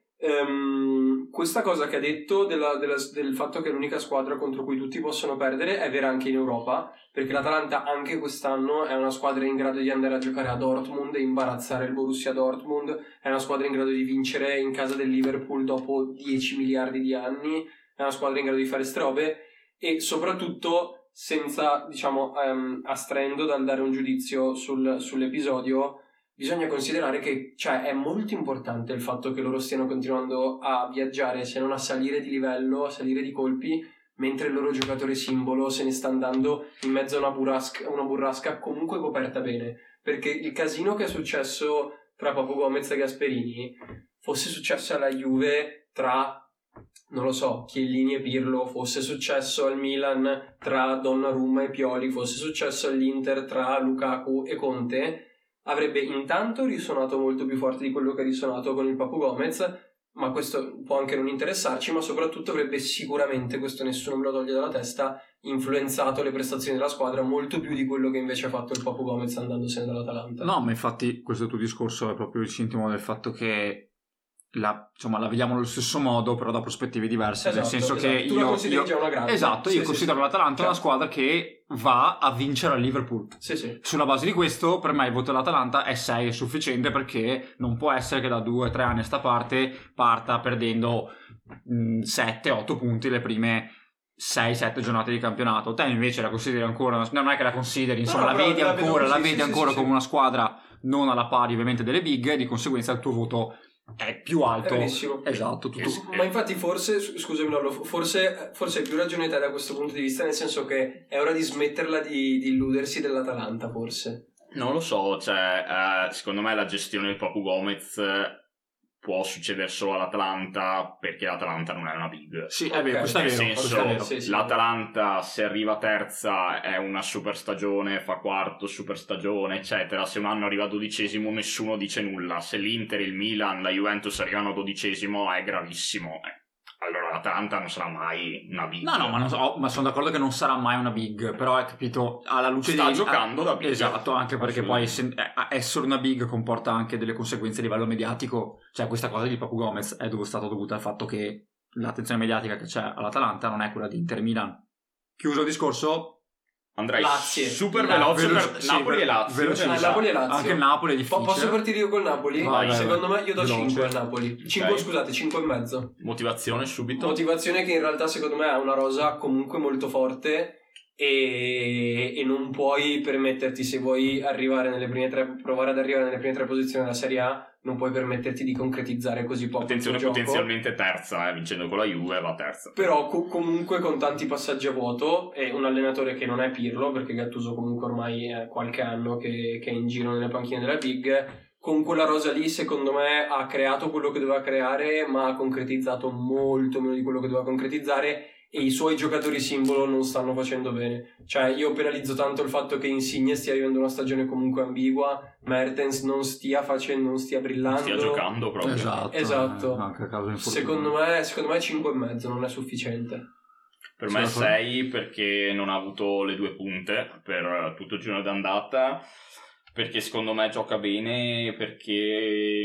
S3: questa cosa che ha detto del fatto che è l'unica squadra contro cui tutti possono perdere è vera anche in Europa, perché l'Atalanta anche quest'anno è una squadra in grado di andare a giocare a Dortmund e imbarazzare il Borussia Dortmund, è una squadra in grado di vincere in casa del Liverpool dopo 10 miliardi di anni, è una squadra in grado di fare ste robe, e soprattutto senza, diciamo, astraendo dal dare un giudizio sull'episodio, bisogna considerare che, cioè, è molto importante il fatto che loro stiano continuando a viaggiare, se non a salire di livello, a salire di colpi, mentre il loro giocatore simbolo se ne sta andando in mezzo a una burrasca comunque coperta bene. Perché il casino che è successo tra Papu Gomez e Gasperini fosse successo alla Juve tra, non lo so, Chiellini e Pirlo, fosse successo al Milan tra Donnarumma e Pioli, fosse successo all'Inter tra Lukaku e Conte, avrebbe intanto risuonato molto più forte di quello che ha risuonato con il Papu Gomez, ma questo può anche non interessarci, ma soprattutto avrebbe sicuramente, questo nessuno me lo toglie dalla testa, influenzato le prestazioni della squadra molto più di quello che invece ha fatto il Papu Gomez andandosene dall'Atalanta.
S2: No, ma infatti questo tuo discorso è proprio il sintomo del fatto che la vediamo allo stesso modo, però da prospettive diverse, nel senso che
S3: tu la consideri già una grande.
S2: Io considero l'Atalanta una squadra che va a vincere al Liverpool. Sulla base di questo, per me il voto dell'Atalanta è 6, è sufficiente, perché non può essere che da 2-3 anni a sta parte parta perdendo 7-8 punti le prime 6-7 giornate di campionato. Te invece la consideri ancora, non è che la consideri, insomma, la vedi ancora come una squadra non alla pari ovviamente delle big, e di conseguenza il tuo voto è più alto. Esatto,
S3: ma infatti forse, scusami Lollo, forse hai più ragione te da questo punto di vista, nel senso che è ora di smetterla di illudersi dell'Atalanta, forse.
S1: Non lo so, cioè secondo me la gestione del Papu Gomez può succedere solo all'Atalanta perché l'Atalanta non è una big.
S2: Sì, è vero, questo è
S1: Nel
S2: vero.
S1: senso,
S2: questo è vero.
S3: Sì, sì.
S1: l'Atalanta se arriva terza è una super stagione, fa quarto, super stagione, eccetera. Se un anno arriva 12esimo nessuno dice nulla. Se l'Inter, il Milan, la Juventus arrivano 12esimo è gravissimo. Allora l'Atalanta non sarà mai una big.
S2: No, ma sono d'accordo che non sarà mai una big, però hai capito, alla luce
S1: sta giocando da big.
S2: Esatto, anche perché poi essere una big comporta anche delle conseguenze a livello mediatico, cioè questa cosa di Papu Gomez è stata dovuta al fatto che l'attenzione mediatica che c'è all'Atalanta non è quella di Inter Milan. Chiuso il discorso.
S1: Andrei
S3: Lazio.
S1: super veloce per Napoli e Lazio.
S3: Napoli e Lazio.
S2: Anche il Napoli è difficile.
S3: Posso partire io col Napoli?
S2: Vai.
S3: Secondo me io do
S2: Veloce.
S3: 5 al Napoli. 5, scusate, 5 e mezzo.
S1: Motivazione subito.
S3: Motivazione che in realtà secondo me ha una rosa comunque molto forte e non puoi permetterti, se vuoi arrivare nelle prime tre, provare ad arrivare nelle prime tre posizioni della Serie A, non puoi permetterti di concretizzare così poco.
S1: Attenzione,
S3: il tuo gioco.
S1: potenzialmente terza, vincendo con la Juve va terza.
S3: Però comunque con tanti passaggi a vuoto, e un allenatore che non è Pirlo, perché Gattuso comunque ormai è qualche anno che è in giro nelle panchine della Big. Con quella rosa lì secondo me ha creato quello che doveva creare, ma ha concretizzato molto meno di quello che doveva concretizzare, e i suoi giocatori simbolo non stanno facendo bene. Cioè io penalizzo tanto il fatto che Insigne stia vivendo una stagione comunque ambigua, Mertens non stia brillando,
S1: Stia giocando proprio.
S3: Esatto.
S2: Anche a causa
S3: secondo me 5,5 non è sufficiente.
S1: Per me 6 perché non ha avuto le due punte per tutto il giorno d'andata, perché secondo me gioca bene, perché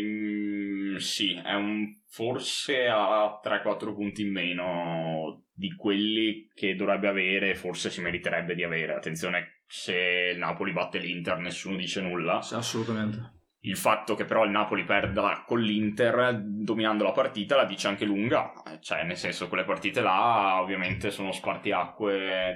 S1: sì, è forse ha 3-4 punti in meno di quelli che dovrebbe avere, forse si meriterebbe di avere. Attenzione, se il Napoli batte l'Inter nessuno dice nulla.
S2: Sì, assolutamente.
S1: Il fatto che però il Napoli perda con l'Inter dominando la partita la dice anche lunga, cioè nel senso quelle partite là ovviamente sono spartiacque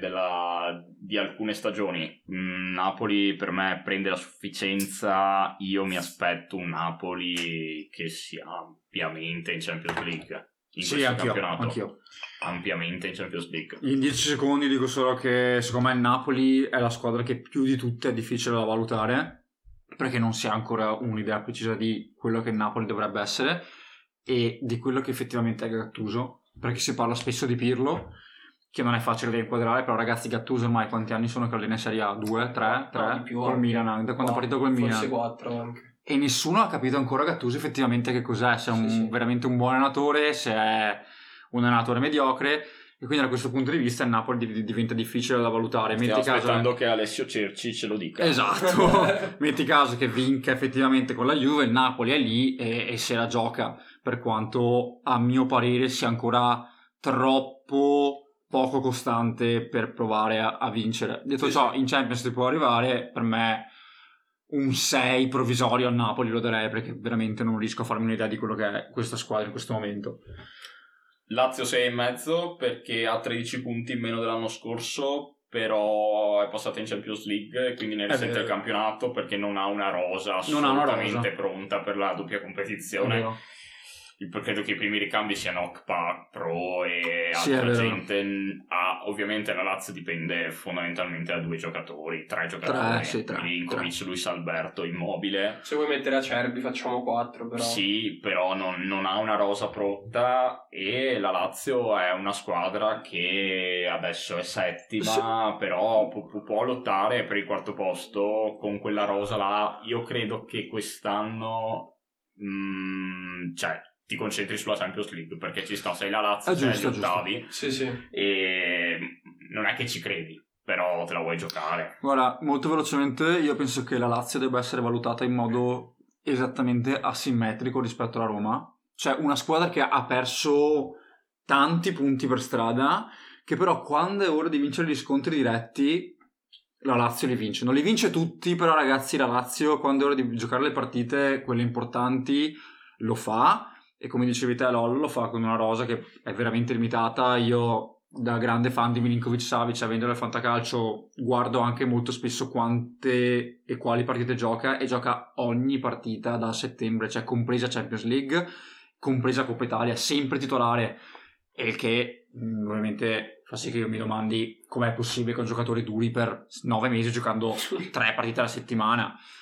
S1: di alcune stagioni. Napoli per me prende la sufficienza, io mi aspetto un Napoli che sia ampiamente in Champions League.
S2: Sì, anch'io.
S1: Ampiamente in Champions League.
S2: In 10 secondi dico solo che secondo me il Napoli è la squadra che più di tutte è difficile da valutare, perché non si ha ancora un'idea precisa di quello che il Napoli dovrebbe essere e di quello che effettivamente è Gattuso, perché si parla spesso di Pirlo, che non è facile da inquadrare, però ragazzi, Gattuso ormai quanti anni sono che allena in Serie A? 2, 3,
S3: di più,
S2: col Milan, da quando è partito col Milan?
S3: Forse 4 anche.
S2: E nessuno ha capito ancora Gattuso effettivamente che cos'è, se è veramente un buon allenatore, se è un allenatore mediocre, e quindi da questo punto di vista il Napoli diventa difficile da valutare.
S1: Stiamo aspettando che Alessio Cerci ce lo dica.
S2: Esatto. Metti caso che vinca effettivamente con la Juve, il Napoli è lì e se la gioca, per quanto a mio parere sia ancora troppo poco costante per provare a vincere. Detto ciò, in Champions si può arrivare, per me un 6 provvisorio al Napoli lo darei, perché veramente non riesco a farmi un'idea di quello che è questa squadra in questo momento.
S1: Lazio 6,5 perché ha 13 punti in meno dell'anno scorso, però è passata in Champions League e quindi ne risente il campionato, perché non ha una rosa assolutamente pronta per la doppia competizione. Credo che i primi ricambi siano Okpa, Pro e altra gente. Ovviamente la Lazio dipende fondamentalmente da 2 giocatori, 3 giocatori. Milinkovic, Luis Alberto, Immobile.
S3: Se vuoi mettere Acerbi facciamo 4 però.
S1: Sì, però non ha una rosa pronta, e la Lazio è una squadra che adesso è settima, però può lottare per il quarto posto con quella rosa là. Io credo che quest'anno ti concentri sulla Champions League, perché ci sta, sei la Lazio, sei agli ottavi, e non è che ci credi, però te la vuoi giocare.
S2: Guarda, molto velocemente, io penso che la Lazio debba essere valutata in modo esattamente asimmetrico rispetto alla Roma, cioè una squadra che ha perso tanti punti per strada, che però quando è ora di vincere gli scontri diretti la Lazio li vince. Non li vince tutti, però ragazzi, la Lazio quando è ora di giocare le partite, quelle importanti, lo fa. E come dicevi te, Lollo, lo fa con una rosa che è veramente limitata. Io, da grande fan di Milinkovic-Savic, avendolo al fantacalcio, guardo anche molto spesso quante e quali partite gioca, e gioca ogni partita da settembre, cioè compresa Champions League, compresa Coppa Italia, sempre titolare, e il che ovviamente fa sì che io mi domandi com'è possibile che un giocatore duri per 9 mesi giocando 3 partite alla settimana.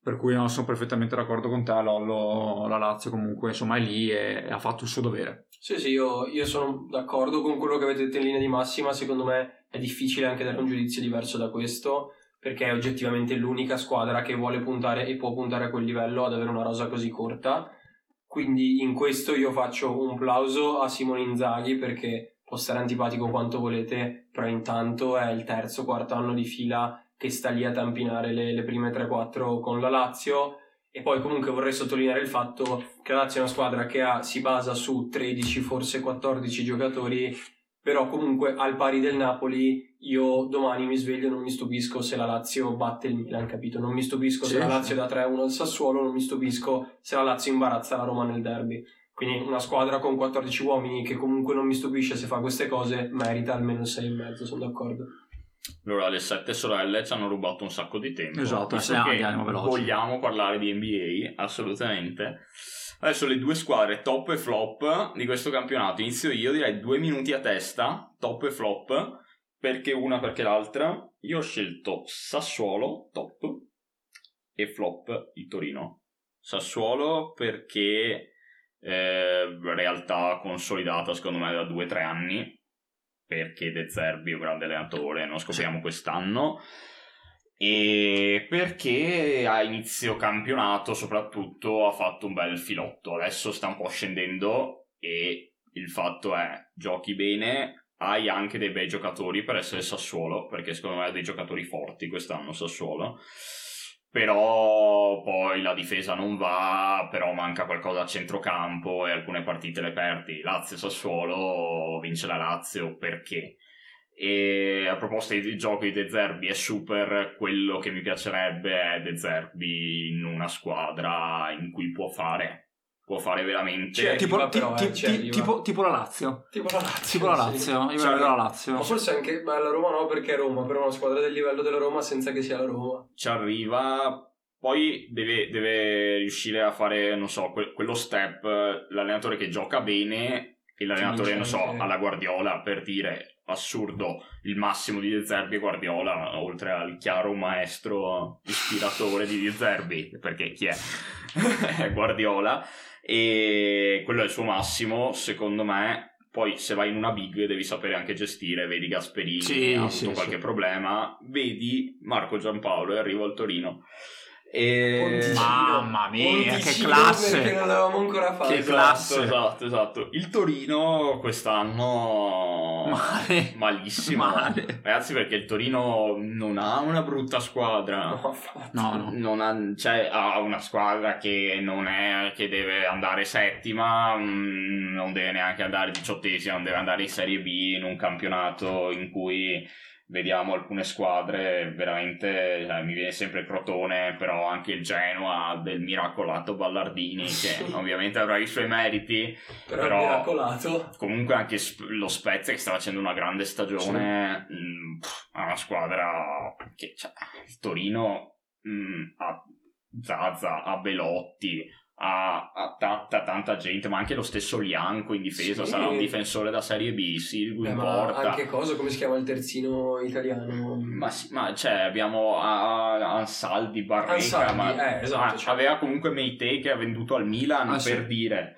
S2: per cui no, sono perfettamente d'accordo con te, Lollo. La Lazio comunque insomma è lì e ha fatto il suo dovere.
S3: Sì, io sono d'accordo con quello che avete detto in linea di massima. Secondo me è difficile anche dare un giudizio diverso da questo, perché è oggettivamente l'unica squadra che vuole puntare e può puntare a quel livello ad avere una rosa così corta. Quindi in questo io faccio un plauso a Simone Inzaghi, perché può stare antipatico quanto volete, però intanto è il terzo, quarto anno di fila che sta lì a tampinare le prime 3-4 con la Lazio. E poi comunque vorrei sottolineare il fatto che la Lazio è una squadra che si basa su 13, forse 14 giocatori, però comunque al pari del Napoli io domani mi sveglio e non mi stupisco se la Lazio batte il Milan, capito? Non mi stupisco se la Lazio dà 3-1 al Sassuolo, non mi stupisco se la Lazio imbarazza la Roma nel derby. Quindi una squadra con 14 uomini che comunque non mi stupisce se fa queste cose merita almeno il 6,5, sono d'accordo.
S1: Allora, le 7 sorelle ci hanno rubato un sacco di tempo.
S2: Esatto,
S1: andiamo veloci. Vogliamo parlare di NBA, assolutamente. Adesso le due squadre top e flop di questo campionato. Inizio io, direi 2 minuti a testa, top e flop, perché una perché l'altra. Io ho scelto Sassuolo, top, e flop il Torino. Sassuolo perché realtà consolidata secondo me da 2-3 anni, perché De Zerbi è un grande allenatore, non scopriamo quest'anno, e perché a inizio campionato soprattutto ha fatto un bel filotto. Adesso sta un po' scendendo e il fatto è, giochi bene, hai anche dei bei giocatori per essere Sassuolo, perché secondo me ha dei giocatori forti quest'anno Sassuolo, però poi la difesa non va, però manca qualcosa a centrocampo e alcune partite le perdi. Lazio-Sassuolo, vince la Lazio perché? E a proposito del gioco di De Zerbi è super, quello che mi piacerebbe è De Zerbi in una squadra in cui può fare veramente
S2: tipo la Lazio.
S3: Tipo la Lazio.
S2: Sì. Io vedo la Lazio.
S3: Ma forse anche la Roma no, perché è Roma, però una squadra del livello della Roma senza che sia la Roma.
S1: Ci arriva, poi deve riuscire a fare, non so, quello step, l'allenatore che gioca bene e l'allenatore, non so, alla Guardiola, per dire, assurdo, il massimo di De Zerbi è Guardiola, oltre al chiaro maestro ispiratore di De Zerbi, perché chi è? È Guardiola, e quello è il suo massimo, secondo me. Poi se vai in una big devi sapere anche gestire, vedi Gasperini ha avuto qualche problema, vedi Marco Giampaolo e arrivo al Torino.
S2: Mamma mia, che classe,
S3: che non l'avevamo ancora fatto.
S2: Che classe.
S1: Esatto. Il Torino quest'anno malissimo. Ragazzi, perché il Torino non ha una brutta squadra.
S2: No.
S1: Non ha, cioè, ha una squadra che non è che deve andare settima, non deve neanche andare 18esima, non deve andare in Serie B, in un campionato in cui vediamo alcune squadre veramente, mi viene sempre Crotone, però anche il Genoa del miracolato Ballardini, che ovviamente avrà i suoi meriti, però
S3: miracolato.
S1: Comunque anche lo Spezia, che sta facendo una grande stagione, ha una squadra che, cioè, il Torino ha Zaza, ha Belotti, ha tanta gente, ma anche lo stesso Lianco in difesa, sarà un difensore da Serie B, Silgu in porta.
S3: Anche come si chiama il terzino italiano?
S1: Ma cioè abbiamo Ansaldi, Barreca, esatto, aveva comunque Meite che ha venduto al Milan, per dire.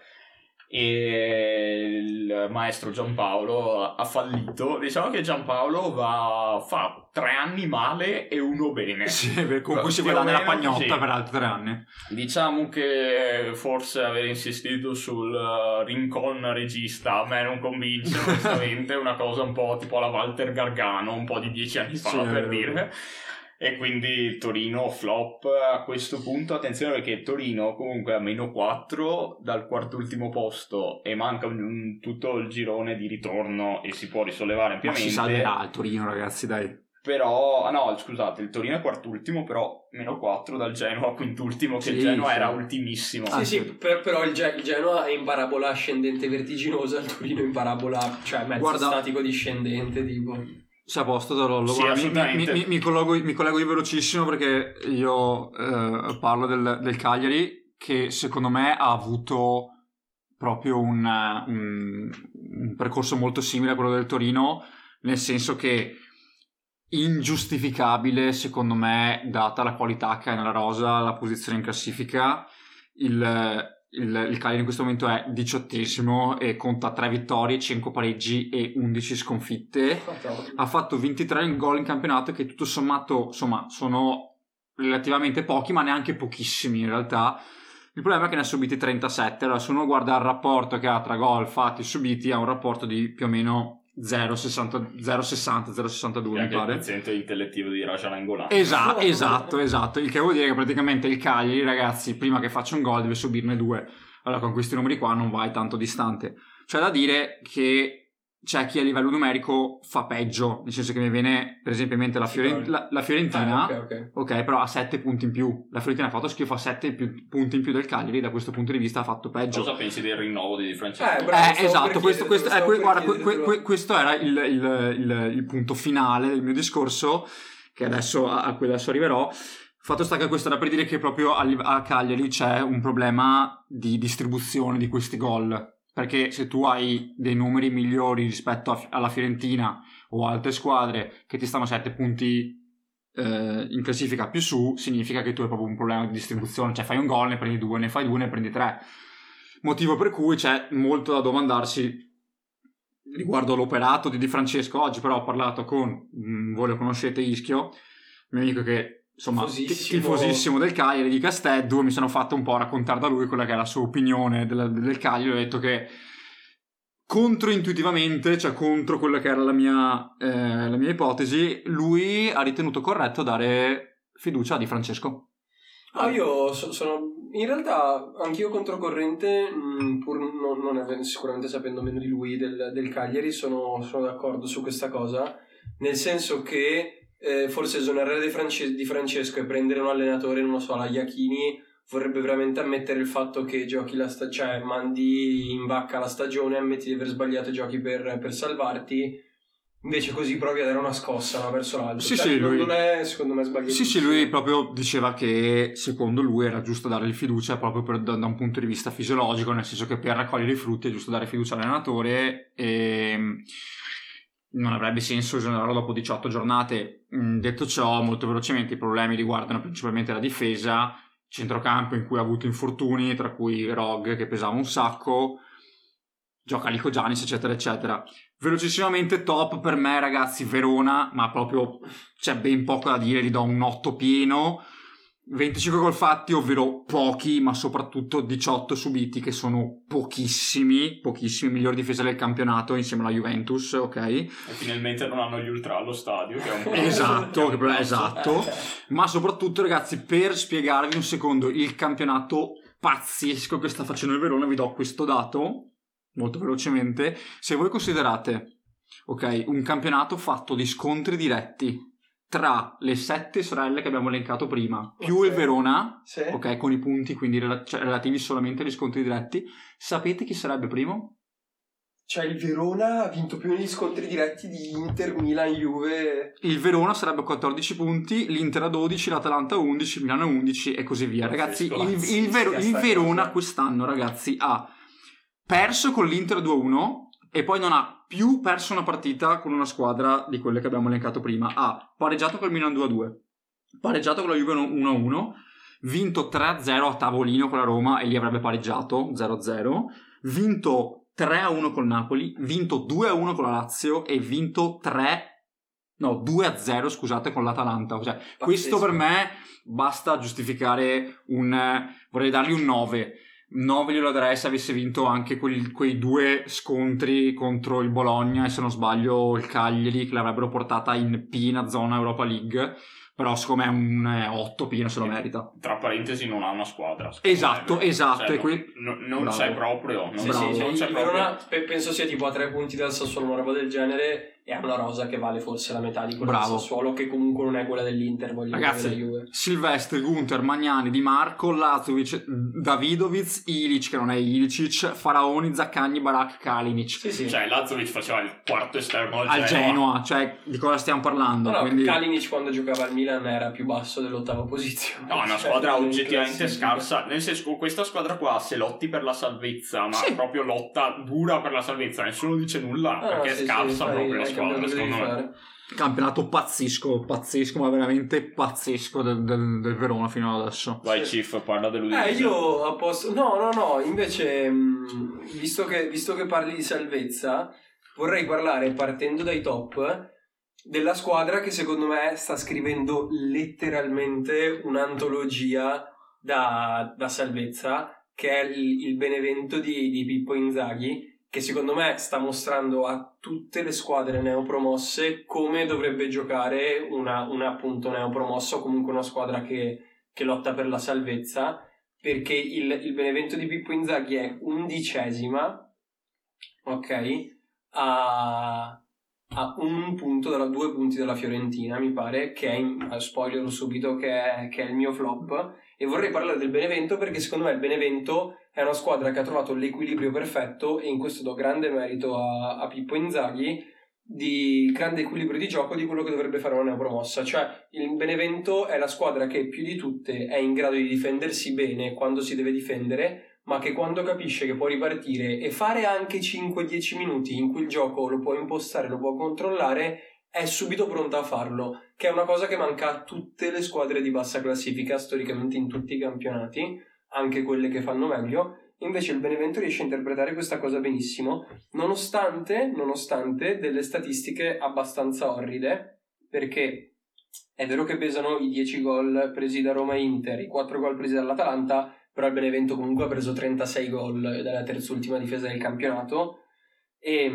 S1: E il maestro Giampaolo ha fallito. Diciamo che Giampaolo fa 3 anni male e 1 bene.
S2: Con cui si guadagna la pagnotta per altri 3 anni.
S1: Diciamo che forse aver insistito sul Rincon regista a me non convince, onestamente. È una cosa un po' tipo la Walter Gargano, un po' di 10 anni fa, per dire. E quindi il Torino flop a questo punto. Attenzione, perché il Torino comunque ha -4 dal quarto ultimo posto e manca tutto il girone di ritorno e si può risollevare ampiamente.
S2: Ma si salverà il Torino, ragazzi, dai.
S1: Però, no, scusate, il Torino è quartultimo, però -4 dal Genoa quintultimo, che il Genoa era ultimissimo.
S3: Però il Genoa è in parabola ascendente vertiginosa, il Torino in parabola, cioè mezzo statico discendente, tipo.
S2: Sì, a posto, mi collego io velocissimo, perché io parlo del Cagliari, che secondo me ha avuto proprio un percorso molto simile a quello del Torino, nel senso che ingiustificabile secondo me, data la qualità che ha nella rosa, la posizione in classifica. Il Cagliari in questo momento è 18esimo e conta 3 vittorie, 5 pareggi e 11 sconfitte. Ha fatto 23 gol in campionato, che tutto sommato, insomma, sono relativamente pochi, ma neanche pochissimi in realtà. Il problema è che ne ha subiti 37. Allora, se uno guarda il rapporto che ha tra gol fatti e subiti, ha un rapporto di più o meno 0,60, 0,62 mi pare.
S1: Il quoziente intellettivo di Raja Nainggolan.
S2: Esatto. Il che vuol dire che praticamente il Cagliari, ragazzi, prima che faccia un gol deve subirne 2. Allora, con questi numeri qua non vai tanto distante. C'è da dire che c'è chi a livello numerico fa peggio, nel senso che mi viene per esempio in mente la Fiorentina, ok, però ha 7 punti in più. La Fiorentina ha fatto schifo, ha 7 punti in più del Cagliari, da questo punto di vista ha fatto peggio.
S1: Cosa pensi del rinnovo di Francesco?
S2: Esatto, questo era il punto finale del mio discorso, che a cui adesso arriverò. Fatto sta che questo era per dire che proprio a Cagliari c'è un problema di distribuzione di questi gol, perché se tu hai dei numeri migliori rispetto alla Fiorentina o altre squadre che ti stanno 7 punti in classifica più su, significa che tu hai proprio un problema di distribuzione, cioè fai un gol, ne prendi 2, ne fai 2, ne prendi 3, motivo per cui c'è molto da domandarsi riguardo l'operato di Di Francesco. Oggi però ho parlato con, voi lo conoscete, Ischio, mio amico che insomma tifosissimo del Cagliari, di Casteddu, mi sono fatto un po' raccontare da lui quella che è la sua opinione del Cagliari. Ho detto che controintuitivamente, cioè contro quella che era la mia ipotesi, lui ha ritenuto corretto dare fiducia a Di Francesco.
S3: Io sono in realtà anch'io controcorrente, pur non sicuramente sapendo meno di lui del Cagliari, sono d'accordo su questa cosa, nel senso che forse esonerare di Francesco e prendere un allenatore, non lo so, la Iachini, vorrebbe veramente ammettere il fatto che giochi cioè mandi in vacca la stagione, ammetti di aver sbagliato i giochi per salvarti, invece così provi a dare una scossa verso l'altro.
S2: Sì, lui
S3: non è secondo me sbagliato.
S2: Sì, lui proprio diceva che secondo lui era giusto dargli fiducia proprio da un punto di vista fisiologico, nel senso che per raccogliere i frutti è giusto dare fiducia all'allenatore e non avrebbe senso esonerarlo dopo 18 giornate. Detto ciò, molto velocemente, i problemi riguardano principalmente la difesa, centrocampo in cui ha avuto infortuni, tra cui Rog che pesava un sacco, gioca Lico Giannis, eccetera eccetera. Velocissimamente top per me, ragazzi, Verona, ma proprio c'è ben poco da dire, gli do un 8 pieno. 25 gol fatti, ovvero pochi, ma soprattutto 18 subiti, che sono pochissimi, miglior difesa del campionato insieme alla Juventus, ok?
S1: E finalmente non hanno gli ultra allo stadio, che è un po'
S2: esatto. Ma soprattutto, ragazzi, per spiegarvi un secondo il campionato pazzesco che sta facendo il Verona, vi do questo dato molto velocemente. Se voi considerate, ok, un campionato fatto di scontri diretti tra le 7 sorelle che abbiamo elencato prima, più il Verona, sì, ok, con i punti quindi relativi solamente agli scontri diretti, sapete chi sarebbe primo?
S3: Cioè il Verona ha vinto più negli scontri diretti di Inter, Milan, Juve.
S2: Il Verona sarebbe a 14 punti, l'Inter a 12, l'Atalanta a 11, Milano a 11 e così via. Ragazzi, il Verona quest'anno, ragazzi, ha perso con l'Inter 2-1 e poi non ha più perso una partita con una squadra di quelle che abbiamo elencato prima. Ha pareggiato col Milan 2-2, pareggiato con la Juve 1-1, vinto 3-0 a tavolino con la Roma e lì avrebbe pareggiato 0-0, vinto 3-1 col Napoli, vinto 2-1 con la Lazio e vinto 2-0, scusate, con l'Atalanta. Cioè, questo per me basta giustificare vorrei dargli un 9. 9 glielo darei se avesse vinto anche quei 2 scontri contro il Bologna e, se non sbaglio, il Cagliari, che l'avrebbero portata in piena zona Europa League. Però secondo me un 8 pieno se lo merita.
S1: Tra parentesi, non ha una squadra.
S2: Esatto.
S1: Cioè, non c'è proprio.
S3: Penso sia tipo a 3 punti dal Sassuolo, una roba del genere, e ha una rosa che vale forse la metà di quella del Sassuolo, che comunque non è quella dell'Inter,
S2: ragazzi,
S3: della Juve.
S2: Silvestri, Gunter, Magnani, Di Marco, Lazovic, Davidovic, Ilic, che non è Ilicic, Faraoni, Zaccagni, Barak, Kalinic.
S3: Sì.
S1: Cioè Lazovic faceva il quarto esterno al
S2: Genoa. Cioè, di cosa stiamo parlando?
S3: No, quindi Kalinic quando giocava al Milan Milan era più basso dell'8ª posizione.
S1: No, è una squadra oggettivamente scarsa. Nel senso, con questa squadra qua, se lotti per la salvezza, ma proprio lotta dura per la salvezza, nessuno dice nulla, perché è scarsa proprio la squadra, secondo me.
S2: Campionato pazzesco, ma veramente pazzesco del Verona fino ad adesso.
S1: Vai Chief, parla dell'Udinese.
S3: Io a posto... No, invece, visto che parli di salvezza, vorrei parlare, partendo dai top, della squadra che secondo me sta scrivendo letteralmente un'antologia da salvezza, che è il Benevento di Pippo Inzaghi, che secondo me sta mostrando a tutte le squadre neopromosse come dovrebbe giocare una appunto neopromossa, o comunque una squadra che lotta per la salvezza, perché il Benevento di Pippo Inzaghi è 11ª, ok, a 2 punti dalla Fiorentina, mi pare, che è, spoiler subito, che è il mio flop. E vorrei parlare del Benevento perché secondo me il Benevento è una squadra che ha trovato l'equilibrio perfetto, e in questo do grande merito a Pippo Inzaghi, di grande equilibrio di gioco di quello che dovrebbe fare una neopromossa. Cioè il Benevento è la squadra che più di tutte è in grado di difendersi bene quando si deve difendere, ma che quando capisce che può ripartire e fare anche 5-10 minuti in cui il gioco lo può impostare, lo può controllare, è subito pronta a farlo, che è una cosa che manca a tutte le squadre di bassa classifica storicamente in tutti i campionati, anche quelle che fanno meglio. Invece il Benevento riesce a interpretare questa cosa benissimo, nonostante delle statistiche abbastanza orride, perché è vero che pesano i 10 gol presi da Roma e Inter, i 4 gol presi dall'Atalanta, però il Benevento comunque ha preso 36 gol dalla terzultima difesa del campionato, e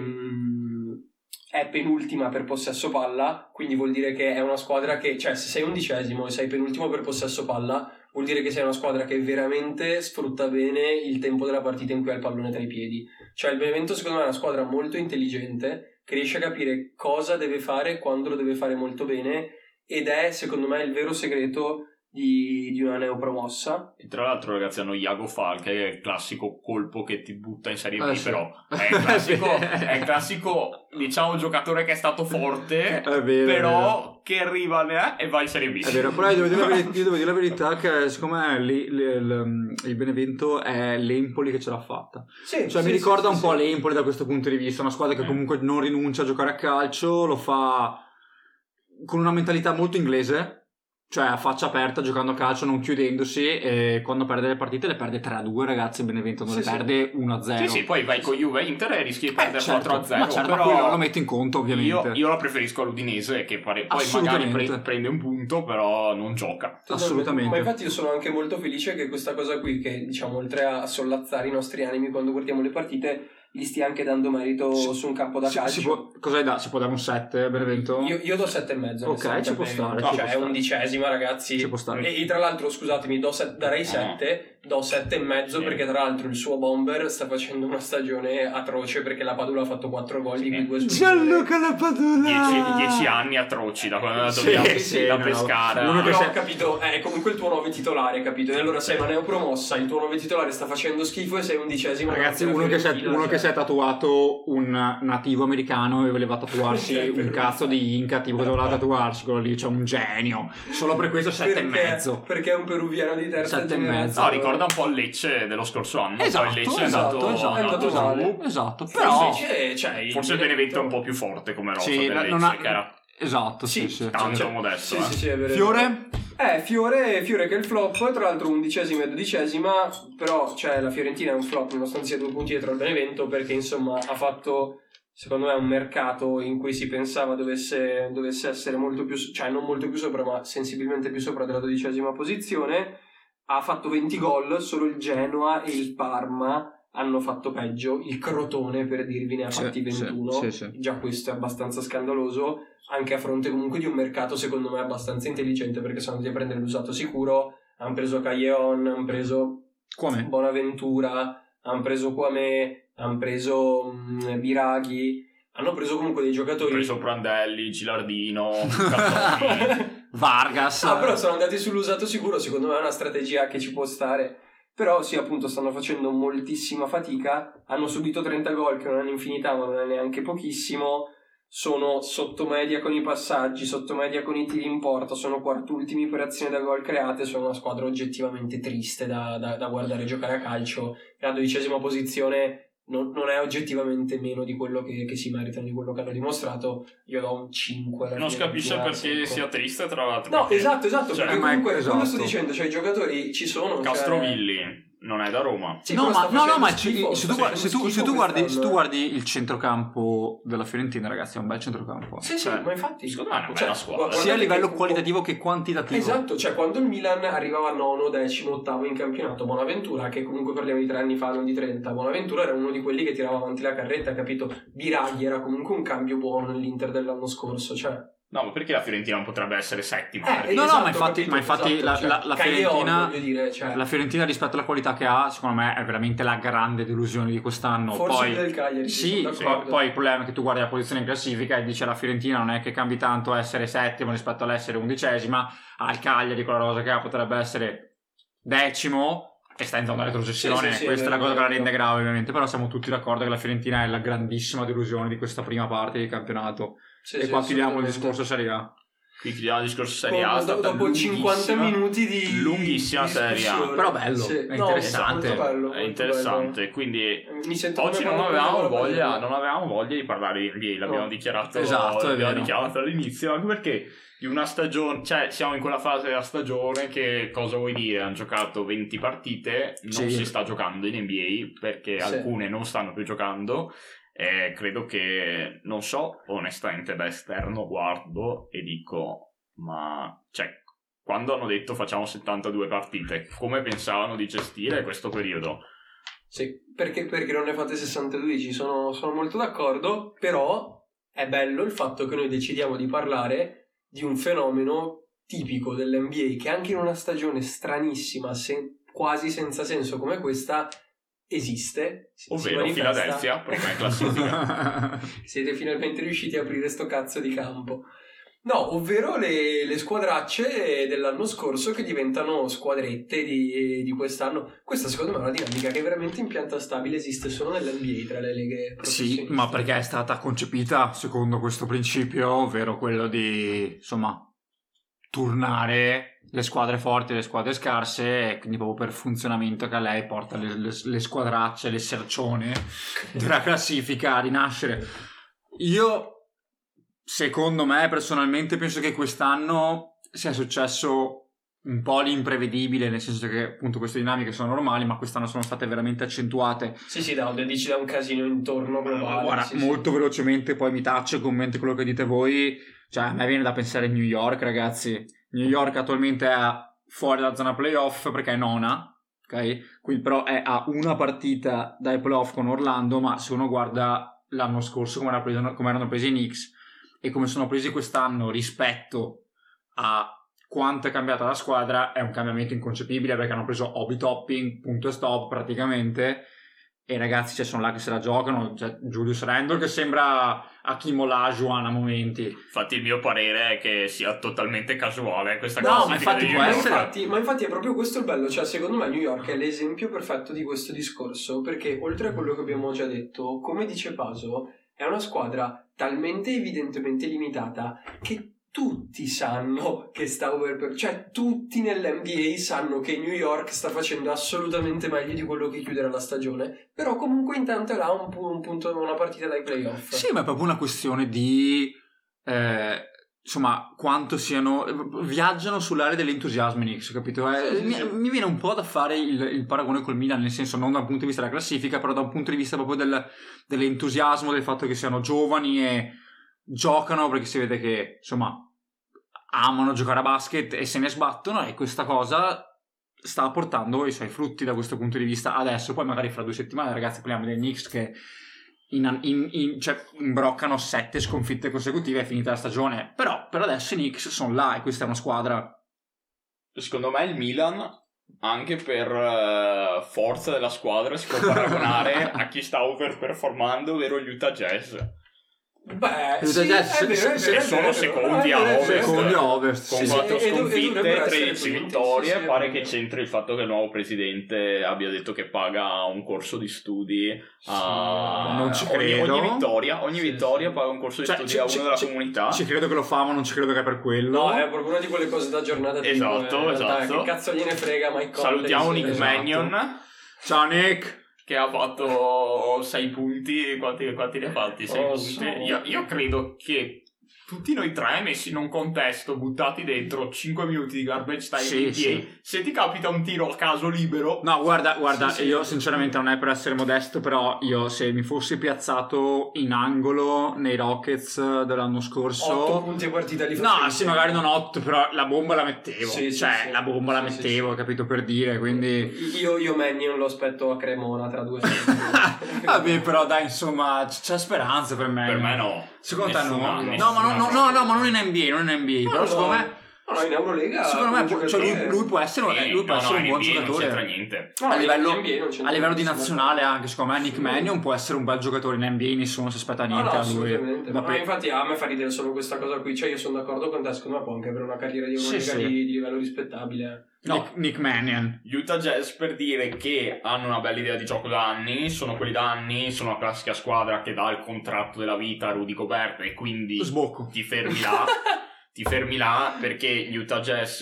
S3: è penultima per possesso palla, quindi vuol dire che è una squadra che, cioè se sei 11esimo e sei penultimo per possesso palla, vuol dire che sei una squadra che veramente sfrutta bene il tempo della partita in cui ha il pallone tra i piedi. Cioè il Benevento secondo me è una squadra molto intelligente, che riesce a capire cosa deve fare, quando lo deve fare molto bene, ed è secondo me il vero segreto di una neopromossa.
S1: E tra l'altro, ragazzi, hanno Iago Fall, che è il classico colpo che ti butta in Serie B,
S2: sì.
S1: però è il classico, diciamo, giocatore che è stato forte,
S2: è vero,
S1: però che arriva e va in Serie B.
S2: È vero, però io devo dire la verità che secondo me il Benevento è l'Empoli che ce l'ha fatta.
S3: Sì,
S2: cioè
S3: sì,
S2: mi ricorda un po'
S3: sì.
S2: l'Empoli da questo punto di vista, una squadra che comunque non rinuncia a giocare a calcio, lo fa con una mentalità molto inglese, cioè a faccia aperta, giocando a calcio, non chiudendosi, e quando perde le partite le perde 3-2, ragazzi. Il Benevento non le perde 1-0.
S1: Sì, poi vai con Juve e Inter e rischi di perdere 4-0.
S2: Ma certo,
S1: però
S2: quello lo metto in conto, ovviamente.
S1: Io la preferisco all'Udinese, che poi magari prende un punto, però non gioca.
S2: Assolutamente.
S3: Ma infatti io sono anche molto felice che questa cosa qui, che diciamo oltre a sollazzare i nostri animi quando guardiamo le partite, gli stia anche dando merito su un campo da calcio.
S2: Cosa hai dato? Si può dare un 7, Benevento?
S3: Io do 7,5.
S2: Ok, ci può stare.
S3: Cioè è 11esima, ragazzi.
S2: Ci può stare.
S3: E tra l'altro, scusatemi, darei 7, do 7,5 perché tra l'altro il suo bomber sta facendo una stagione atroce, perché la Padula ha fatto 4 gol di cui 2 su
S2: Gianluca la Padula!
S1: 10 anni atroci da quando è andato da Pescara.
S3: Però ho capito, è comunque il tuo 9 titolare, capito? E allora sei una neopromossa, il tuo 9 titolare sta facendo schifo e sei 11esimo.
S2: Ragazzi, uno che si è tatuato un nativo americano e voleva tatuarsi un cazzo di Inca, tipo che voleva tatuarsi, quello lì, c'è un genio. Solo per questo 7,5.
S3: Perché è un peruviano di terza generazione.
S1: No, ricorda un po' il Lecce dello scorso anno.
S2: Esatto,
S1: poi il Lecce è andato
S3: male.
S2: Esatto, però
S1: forse il Benevento è un po' più forte come rosa del Lecce, che era
S2: esatto, sì.
S1: tanto modesto.
S3: Sì, è vero.
S2: Fiore?
S3: Fiore che è il flop, tra l'altro 11esima e 12esima, però la Fiorentina è un flop nonostante sia 2 punti dietro al Benevento, perché insomma ha fatto secondo me un mercato in cui si pensava dovesse essere molto più, cioè non molto più sopra, ma sensibilmente più sopra della 12esima posizione. Ha fatto 20 gol, solo il Genoa e il Parma hanno fatto peggio, il Crotone per dirvi ne ha fatti 21,
S2: sì.
S3: Già questo è abbastanza scandaloso, anche a fronte comunque di un mercato secondo me abbastanza intelligente, perché sono andati a prendere l'usato sicuro, hanno preso Callejon, hanno preso Bonaventura, hanno preso Quame, hanno preso Biraghi, hanno preso comunque dei giocatori,
S1: hanno preso Prandelli, Gilardino,
S2: Vargas.
S3: Però sono andati sull'usato sicuro, secondo me è una strategia che ci può stare. Però sì, appunto, stanno facendo moltissima fatica, hanno subito 30 gol, che non è un'infinità ma non è neanche pochissimo, sono sottomedia con i passaggi, sottomedia con i tiri in porta, sono quartultimi per azioni da gol create, sono una squadra oggettivamente triste da guardare giocare a calcio. La 12ª posizione non è oggettivamente meno di quello che si meritano, di quello che hanno dimostrato. Io do un 5.
S1: Non si capisce perché sia triste, tra l'altro.
S3: No,
S1: perché,
S3: esatto,
S1: cioè,
S3: perché comunque quello
S2: esatto.
S3: sto dicendo, cioè i giocatori ci sono.
S1: Castrovilli non è da Roma.
S3: Sì,
S2: no, ma
S3: schifo,
S2: se tu guardi il centrocampo della Fiorentina, ragazzi, è un bel centrocampo.
S3: Sì,
S1: Cioè,
S3: ma infatti
S1: secondo me è una bella squadra.
S2: Sia a livello qualitativo che quantitativo.
S3: Esatto, cioè quando il Milan arrivava al 9º, 10º, 8º in campionato, Bonaventura, che comunque parliamo di 3 anni fa, non di 30, Bonaventura era uno di quelli che tirava avanti la carretta, capito? Biraghi era comunque un cambio buono nell'Inter dell'anno scorso, cioè...
S1: No, ma perché la Fiorentina non potrebbe essere settima?
S2: No,
S3: esatto,
S2: ma infatti
S3: capito,
S2: la Fiorentina,
S3: voglio dire, cioè...
S2: la Fiorentina rispetto alla qualità che ha, secondo me è veramente la grande delusione di quest'anno.
S3: Forse
S2: poi,
S3: del Cagliari,
S2: sì, poi il problema è che tu guardi la posizione in classifica e dici la Fiorentina non è che cambi tanto a essere settima rispetto all'essere 11ª, al Cagliari con la rosa che ha potrebbe essere 10º e sta in zona di retrocessione.
S3: Sì,
S2: questa è la cosa che la rende grave, ovviamente, però siamo tutti d'accordo che la Fiorentina è la grandissima delusione di questa prima parte di campionato. E qua chiudiamo il discorso Serie A.
S1: Qui chiudiamo il discorso Serie A.
S3: Dopo 50 minuti di
S1: lunghissima Serie A.
S2: Però bello,
S3: sì.
S2: è interessante.
S3: È
S1: interessante.
S3: bello.
S1: Quindi
S3: Mi
S1: oggi non avevamo voglia di parlare di NBA, l'abbiamo dichiarato,
S2: esatto,
S1: l'abbiamo dichiarato all'inizio, anche perché di una stagione, cioè siamo in quella fase della stagione che cosa vuoi dire? Hanno giocato 20 partite, non si sta giocando in NBA perché alcune non stanno più giocando. Credo che, non so, onestamente da esterno guardo e dico, ma cioè, quando hanno detto facciamo 72 partite, come pensavano di gestire questo periodo?
S3: Sì, perché non ne fate 62? Sono molto d'accordo, però è bello il fatto che noi decidiamo di parlare di un fenomeno tipico dell'NBA che anche in una stagione stranissima, quasi senza senso come questa, esiste,
S1: ovvero Philadelphia, prima in classifica.
S3: Siete finalmente riusciti a aprire sto cazzo di campo. No, ovvero le squadracce dell'anno scorso che diventano squadrette di quest'anno. Questa secondo me è una dinamica che veramente in pianta stabile esiste solo nell'NBA tra le leghe professioniste.
S2: Sì, ma perché è stata concepita secondo questo principio, ovvero quello di, insomma, turnare le squadre forti e le squadre scarse, e quindi proprio per funzionamento che a lei porta le squadracce, le sercione della classifica a rinascere. Io, secondo me, personalmente penso che quest'anno sia successo un po' l'imprevedibile, nel senso che appunto queste dinamiche sono normali, ma quest'anno sono state veramente accentuate.
S3: Sì, da un casino intorno globale.
S2: Guarda, molto velocemente, poi mi taccio e commento quello che dite voi. Cioè, a me viene da pensare a New York, ragazzi. New York attualmente è fuori dalla zona playoff perché è nona, ok? Quindi però è a una partita dai playoff con Orlando, ma se uno guarda l'anno scorso come erano presi i Knicks e come sono presi quest'anno rispetto a quanto è cambiata la squadra, è un cambiamento inconcepibile perché hanno preso Obi Toppin, punto e stop praticamente, e ragazzi, cioè, sono là che se la giocano, cioè, Julius Randle che sembra Hakeem Olajuwon a momenti.
S1: Infatti il mio parere è che sia totalmente casuale questa
S2: cosa. Ma
S3: infatti è proprio questo il bello, cioè secondo me New York è l'esempio perfetto di questo discorso, perché oltre a quello che abbiamo già detto, come dice Paso, è una squadra talmente evidentemente limitata che tutti sanno che sta cioè tutti nell'NBA sanno che New York sta facendo assolutamente meglio di quello che chiuderà la stagione, però comunque intanto è là un punto, una partita dai playoff.
S2: Sì, ma è proprio una questione di insomma, quanto viaggiano sull'area dell'entusiasmo i Knicks, capito? Mi viene un po' da fare il paragone col Milan, nel senso non da un punto di vista della classifica, però da un punto di vista proprio dell'entusiasmo, del fatto che siano giovani e giocano perché si vede che, insomma, amano giocare a basket e se ne sbattono, e questa cosa sta portando i suoi frutti da questo punto di vista adesso. Poi magari fra 2 settimane, ragazzi, parliamo dei Knicks che cioè, imbroccano 7 sconfitte consecutive, è finita la stagione, però per adesso i Knicks sono là e questa è una squadra.
S1: Secondo me il Milan, anche per forza della squadra, si può paragonare a chi sta overperformando, ovvero gli Utah Jazz.
S3: Beh,
S2: Utah Jazz
S3: è vero,
S1: sono secondi a Ovest.
S2: Secondi a Ovest,
S1: con
S2: sì.
S1: 4
S3: E dovrebbero
S1: sconfitte,
S3: essere
S1: 13
S3: punti,
S1: vittorie.
S3: sì, sì,
S1: Pare
S3: è
S1: che
S3: vero.
S1: c'entri il fatto che il nuovo presidente abbia detto che paga un corso di studi a
S2: non ci
S1: ogni
S2: credo.
S1: ogni
S3: Sì,
S1: vittoria
S3: sì.
S1: paga un corso di
S2: Cioè,
S1: studi a uno della comunità.
S2: Ci credo che lo fa, ma non ci credo che è per quello.
S3: No, è proprio una di quelle cose da giornata tipo,
S1: Esatto,
S3: in realtà,
S1: esatto.
S3: che cazzo gliene frega Mike Conley.
S1: Salutiamo Nick
S3: Esatto.
S1: Mannion,
S2: Ciao Nick.
S1: che ha fatto 6 punti. Quanti ne ha fatti? 6
S3: Oh,
S1: punti.
S3: so.
S1: Io credo che tutti noi tre messi in un contesto, buttati dentro 5 minuti di garbage time
S2: Sì,
S1: in NBA,
S2: sì.
S1: se ti capita un tiro a caso libero,
S2: No, guarda,
S3: Sì, sì.
S2: io sinceramente non è per essere modesto, però io se mi fossi piazzato in angolo nei Rockets dell'anno
S3: 8
S2: scorso...
S3: punti a partita li
S2: No,
S3: facevi
S2: sì,
S3: sempre.
S2: magari non 8, però la bomba la mettevo.
S3: Sì, sì,
S2: cioè,
S3: sì.
S2: la bomba la
S3: Sì,
S2: mettevo,
S3: sì.
S2: capito, per dire, quindi...
S3: Io Mannion lo aspetto a Cremona tra 2 settimane.
S2: Vabbè, però dai, insomma, c'è speranza per me.
S1: per me no.
S2: Secondo te no?
S1: Nessuna-
S2: No,
S1: nessuna
S2: ma no,
S1: proprio.
S2: no, ma non in NBA, non in NBA. Però
S3: No,
S2: secondo
S3: no.
S2: me...
S3: No, in Eurolega
S2: Secondo me
S3: come
S2: cioè,
S3: giocatore-
S2: lui può essere,
S1: Sì,
S2: lui può
S1: no,
S2: essere
S1: no,
S2: un buon
S1: in NBA
S2: giocatore.
S1: non c'entra niente.
S3: No,
S2: a livello,
S3: in NBA non c'entra
S2: a livello di
S3: niente,
S2: nazionale anche secondo me Nick
S3: Sì.
S2: Mannion può essere un bel giocatore in NBA, nessuno si aspetta
S3: No,
S2: niente
S3: no,
S2: a lui.
S3: assolutamente.
S2: Ma
S3: Ma
S2: per-
S3: infatti a me fa ridere solo questa cosa qui. Cioè, io sono d'accordo con te, secondo me può anche avere una carriera di Euroliga
S2: Sì, sì.
S3: di livello rispettabile.
S2: No, Nick Mannion.
S1: Utah Jazz, per dire che hanno una bella idea di gioco da anni, sono quelli da anni, sono la classica squadra che dà il contratto della vita a Rudy Gobert e quindi
S2: Sbocco.
S1: ti fermi là perché gli Utah Jazz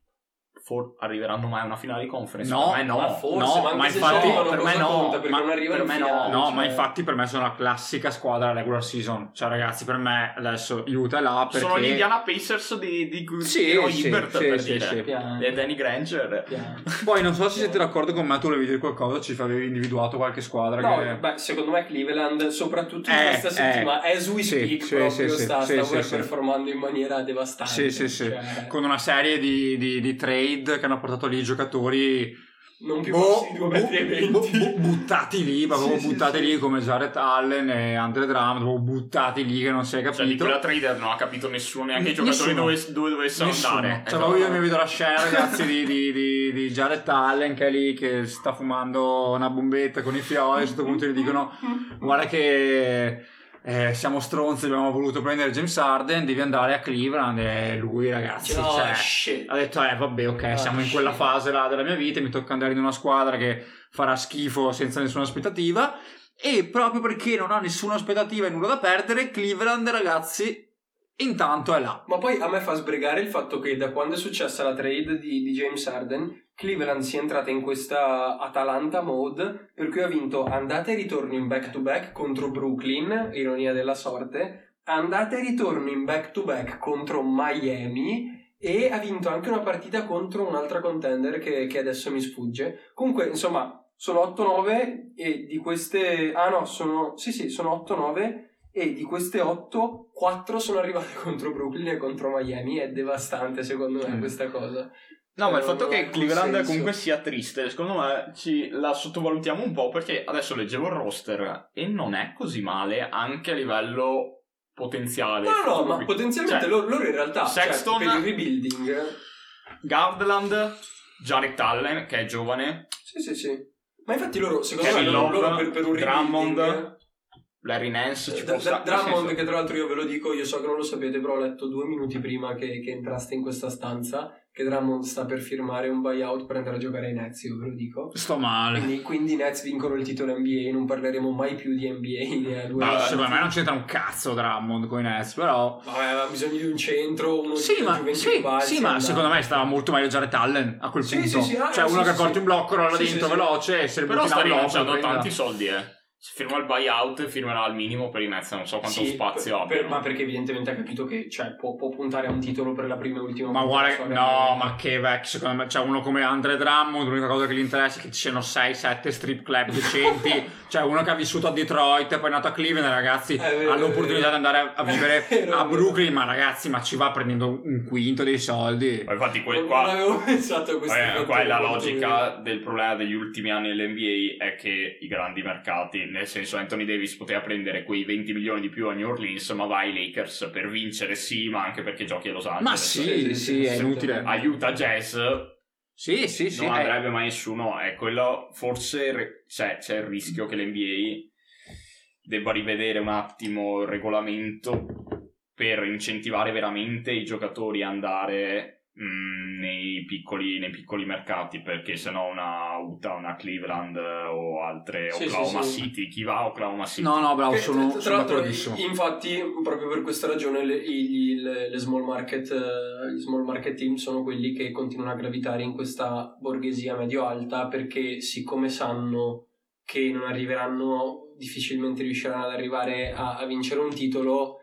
S1: arriveranno mai a una finale di conference?
S2: No,
S1: per me no.
S3: ma forse,
S2: no,
S3: ma anche
S2: ma
S3: se
S2: infatti
S3: giocano,
S2: per me
S3: cosa
S2: no,
S3: conta? Perché
S2: ma
S3: non arrivano
S2: per
S3: in
S2: me
S3: finale,
S2: no,
S3: cioè-
S2: ma infatti per me sono la classica squadra regular season. Cioè ragazzi, per me adesso Utah è là perché
S1: Sono gli Indiana Pacers di
S2: Sì,
S1: Roy
S2: sì,
S1: Hibbert,
S2: sì,
S1: per
S2: sì,
S1: dire.
S2: sì.
S3: Piano.
S1: E Danny Granger.
S3: Piano.
S2: Poi non so se siete d'accordo con me, tu volevi dire qualcosa, ci avevi individuato qualche squadra
S3: No,
S2: che...
S3: beh, secondo me Cleveland, soprattutto in questa
S2: sì,
S3: settimana, as we speak,
S2: sì,
S3: proprio
S2: sì,
S3: sta
S2: sì,
S3: performando in maniera devastante.
S2: Sì, sì, sì.
S3: Cioè,
S2: Con una serie di trade che hanno portato lì i giocatori
S3: non più bassi di 2,20 m.
S2: buttati lì, proprio
S3: Sì,
S2: buttati
S3: sì,
S2: lì
S3: sì.
S2: come Jared Allen e Andre Drummond, proprio buttati lì che non si è capito.
S1: Cioè di quella trader non ha capito nessuno, neanche i giocatori
S2: Nessuno.
S1: dove dovessero
S2: Nessuno.
S1: andare.
S2: Cioè, proprio io mi vedo la scena, ragazzi, di Jared Allen che è lì che sta fumando una bombetta con i fiori. A un certo punto gli dicono: guarda che siamo stronzi, abbiamo voluto prendere James Harden, devi andare a Cleveland. E lui, ragazzi,
S3: Oh,
S2: cioè,
S3: shit.
S2: ha detto: vabbè, ok,
S3: Oh,
S2: siamo in quella
S3: shit.
S2: fase là della mia vita, mi tocca andare in una squadra che farà schifo senza nessuna aspettativa. E proprio perché non ha nessuna aspettativa e nulla da perdere, Cleveland, ragazzi, intanto è là.
S3: Ma poi a me fa sbregare il fatto che da quando è successa la trade di James Harden, Cleveland sia entrata in questa Atalanta mode, per cui ha vinto andata e ritorno in back to back contro Brooklyn, ironia della sorte, andata e ritorno in back to back contro Miami e ha vinto anche una partita contro un'altra contender che adesso mi sfugge. Comunque, insomma, sono 8-9 e di queste... Ah no, sono 8-9 e di queste 8, 4 sono arrivate contro Brooklyn e contro Miami. È devastante secondo me questa cosa.
S1: No, ma il
S3: Non
S1: fatto
S3: ha
S1: che
S3: alcun
S1: Cleveland
S3: senso.
S1: comunque sia triste, secondo me la sottovalutiamo un po' perché adesso leggevo il roster e non è così male anche a livello potenziale.
S3: No, ma potenzialmente
S1: Cioè,
S3: loro in realtà,
S1: Sexton-
S3: cioè, per il rebuilding...
S1: Garland, Jared Allen che è giovane,
S3: Sì. Ma infatti loro, secondo
S1: Kevin
S3: me,
S1: Love,
S3: loro per un
S1: Drummond,
S3: rebuilding...
S1: Larry Nance ci può stare.
S3: Drummond,
S1: nel senso-
S3: che tra l'altro io ve lo dico, io so che non lo sapete, però ho letto 2 minuti prima che entraste in questa stanza che Drummond sta per firmare un buyout per andare a giocare ai Nets, io ve lo dico.
S2: Sto male.
S3: Quindi i Nets vincono il titolo NBA, non parleremo mai più di NBA.
S2: Ma secondo me non c'entra un cazzo Drummond con i Nets, però...
S3: Vabbè, aveva bisogno di un centro, uno
S2: Sì,
S3: di
S2: ma,
S3: Juventus
S2: sì,
S3: Balzi,
S2: sì, ma
S3: andava.
S2: secondo me stava molto meglio Jared Allen a quel
S3: Sì,
S2: punto.
S3: sì, ah,
S2: cioè
S3: sì,
S2: uno che
S3: sì,
S2: porti
S3: sì.
S2: un blocco, rolla
S3: Sì,
S2: dentro
S3: sì,
S2: veloce e se ne
S1: Però
S2: butti
S1: sta
S2: là un blocco,
S1: rinunciando a
S2: prendila.
S1: tanti soldi, Se firma il buyout, firmerà al minimo per i Nets, non so quanto
S3: Sì,
S1: spazio abbia.
S3: ma perché evidentemente ha capito che può puntare a un titolo per la prima e ultima
S2: Ma
S3: volta
S2: guarda,
S3: della sua
S2: no,
S3: carriera.
S2: ma che vecchio, secondo me, cioè uno come Andre Drummond, l'unica cosa che gli interessa è che ci siano 6-7 strip club decenti, cioè uno che ha vissuto a Detroit e poi è nato a Cleveland, ragazzi,
S3: vero,
S2: ha l'opportunità di andare a vivere
S3: È vero,
S2: a
S3: è vero.
S2: Brooklyn, ma ragazzi, ma ci va prendendo un quinto dei soldi.
S1: Ma infatti
S3: Non
S1: qua
S3: avevo pensato a questo
S1: qua è la
S3: fatto.
S1: logica del problema degli ultimi anni nell'NBA, è che i grandi mercati, nel senso Anthony Davis poteva prendere quei 20 milioni di più a New Orleans, ma vai ai Lakers per vincere, sì, ma anche perché giochi a Los Angeles.
S2: Ma sì, è inutile.
S1: A Utah Jazz
S2: Sì,
S1: non andrebbe mai nessuno, è quello, forse c'è il rischio che l'NBA debba rivedere un attimo il regolamento per incentivare veramente i giocatori a andare nei piccoli mercati, perché sennò una Utah, una Cleveland o altre Oklahoma City, chi va a Oklahoma City?
S2: No, bravo, sono
S3: tra l'altro,
S2: d'accordissimo.
S3: infatti, proprio per questa ragione le small market team sono quelli che continuano a gravitare in questa borghesia medio-alta, perché siccome sanno che non arriveranno, difficilmente riusciranno ad arrivare a vincere un titolo,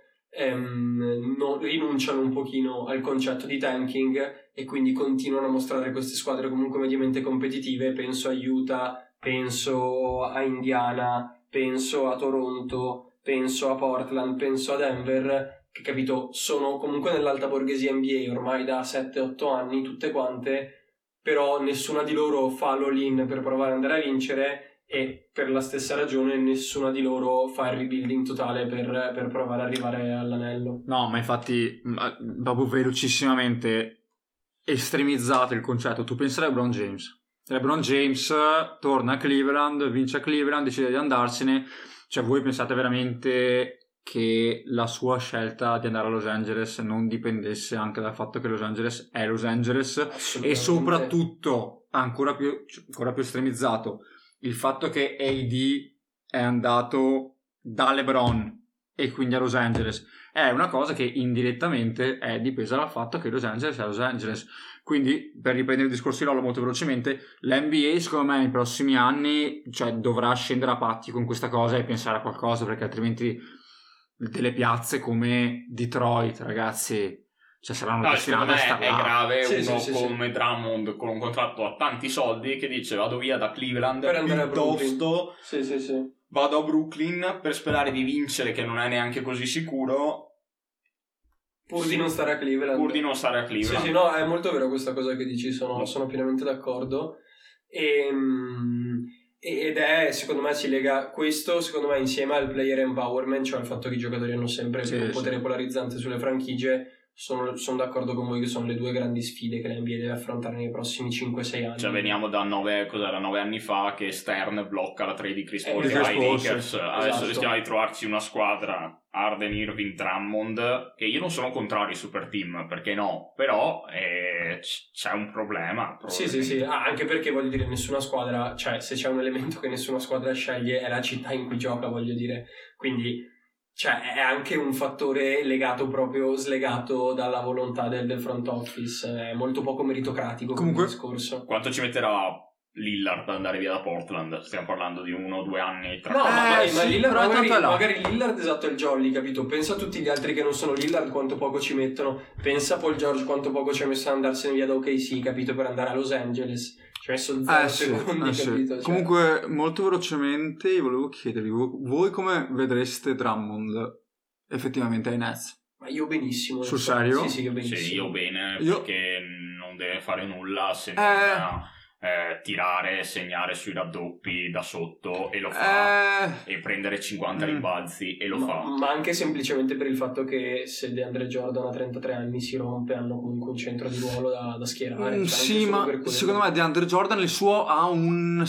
S3: rinunciano un pochino al concetto di tanking e quindi continuano a mostrare queste squadre comunque mediamente competitive. Penso a Utah, penso a Indiana, penso a Toronto, penso a Portland, penso a Denver, che capito sono comunque nell'alta borghesia NBA ormai da 7-8 anni tutte quante, però nessuna di loro fa l'all-in per provare ad andare a vincere, e per la stessa ragione nessuna di loro fa il rebuilding totale per provare ad arrivare all'anello.
S2: No, ma infatti, proprio velocissimamente estremizzato il concetto. Tu pensi a LeBron James torna a Cleveland, vince a Cleveland, decide di andarsene. Cioè, voi pensate veramente che la sua scelta di andare a Los Angeles non dipendesse anche dal fatto che Los Angeles è Los Angeles? E soprattutto, ancora più estremizzato, il fatto che AD è andato da LeBron e quindi a Los Angeles è una cosa che indirettamente è dipesa dal fatto che Los Angeles è Los Angeles. Quindi, per riprendere il discorso di Lollo molto velocemente, l'NBA secondo me nei prossimi anni, cioè, dovrà scendere a patti con questa cosa e pensare a qualcosa, perché altrimenti delle piazze come Detroit, ragazzi, cioè saranno destinate a stare là.
S1: È grave come Drummond con un contratto a tanti soldi che dice vado via da Cleveland
S3: per andare
S1: piuttosto
S3: a
S1: vado a Brooklyn per sperare di vincere, che non è neanche così sicuro,
S3: pur di non stare a Cleveland.
S1: Sì,
S3: no, è molto vero questa cosa che dici, sono pienamente d'accordo. Ed è, secondo me, si lega questo, secondo me, insieme al player empowerment, cioè al fatto che i giocatori hanno sempre un potere polarizzante sulle franchigie. Sono d'accordo con voi che sono le due grandi sfide che l'NBA deve affrontare nei prossimi 5-6 anni.
S1: Cioè veniamo da 9 anni fa che Stern blocca la trade di Chris Paul ai Lakers. Adesso rischiamo di trovarci una squadra Harden, Irving, Drummond, che io non sono contrario ai super team, perché no, però c'è un problema.
S3: Sì, anche perché voglio dire, nessuna squadra, cioè se c'è un elemento che nessuna squadra sceglie è la città in cui gioca, voglio dire, quindi cioè è anche un fattore legato proprio slegato dalla volontà del front office, è molto poco meritocratico
S2: comunque
S3: come discorso.
S1: Quanto ci metterà Lillard ad andare via da Portland? Stiamo parlando di 1 o 2 anni tra
S3: ma Lillard magari Lillard, esatto, è il jolly, capito? Pensa a tutti gli altri che non sono Lillard quanto poco ci mettono, pensa a Paul George quanto poco ci ha messo ad andarsene via da OKC, capito, per andare a Los Angeles, ci ha messo 0 secondi, capito? Cioè.
S2: Comunque molto velocemente volevo chiedervi, voi come vedreste Drummond effettivamente ai Nets?
S3: Ma io benissimo.
S2: Sul serio?
S3: Sì, io benissimo.
S1: Sì, io bene, perché non deve fare nulla se non tirare, segnare sui raddoppi da sotto, e lo fa, e prendere 50 rimbalzi e lo fa.
S3: Ma anche semplicemente per il fatto che se DeAndre Jordan a 33 anni si rompe, hanno comunque un centro di ruolo da schierare.
S2: Sì, ma secondo me DeAndre Jordan il suo ha un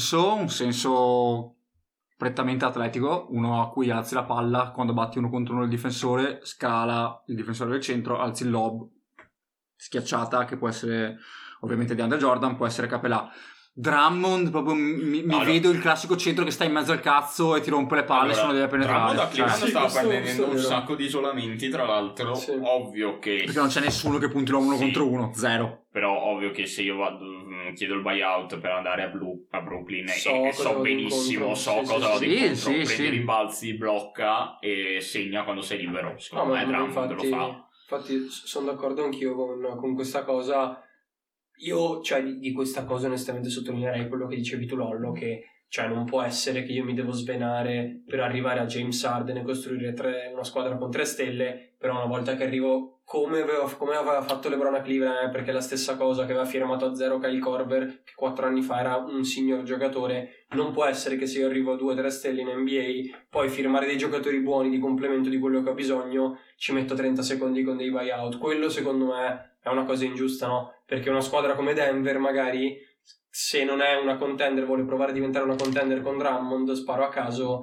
S2: senso prettamente atletico, uno a cui alzi la palla quando batti uno contro uno il difensore, scala il difensore del centro, alzi il lob, schiacciata, che può essere ovviamente DeAndre Jordan, può essere Capelà. Drummond proprio mi vedo il classico centro che sta in mezzo al cazzo e ti rompe le palle se non deve penetrare.
S1: Drummond a Cleveland stava prendendo un sacco di isolamenti, tra l'altro. Ovvio che
S2: perché non c'è nessuno che punti l'uomo contro uno, zero.
S1: Però ovvio che se io chiedo il buyout per andare a Brooklyn so benissimo cosa vado incontro, prendi i rimbalzi, blocca e segna quando sei libero. Secondo me Drummond lo fa.
S3: Infatti sono d'accordo anch'io con questa cosa. Io, cioè, di questa cosa onestamente sottolineerei quello che dicevi tu, Lollo, che cioè non può essere che io mi devo svenare per arrivare a James Harden e costruire una squadra con 3 stelle, però una volta che arrivo come aveva fatto LeBron a Cleveland, perché è la stessa cosa, che aveva firmato a 0 Kyle Korver, che 4 anni fa era un signor giocatore. Non può essere che se io arrivo a 2-3 stelle in NBA, poi firmare dei giocatori buoni di complemento di quello che ho bisogno, ci metto 30 secondi con dei buyout. Quello secondo me è una cosa ingiusta, no? Perché una squadra come Denver magari, se non è una contender, vuole provare a diventare una contender con Drummond, sparo a caso,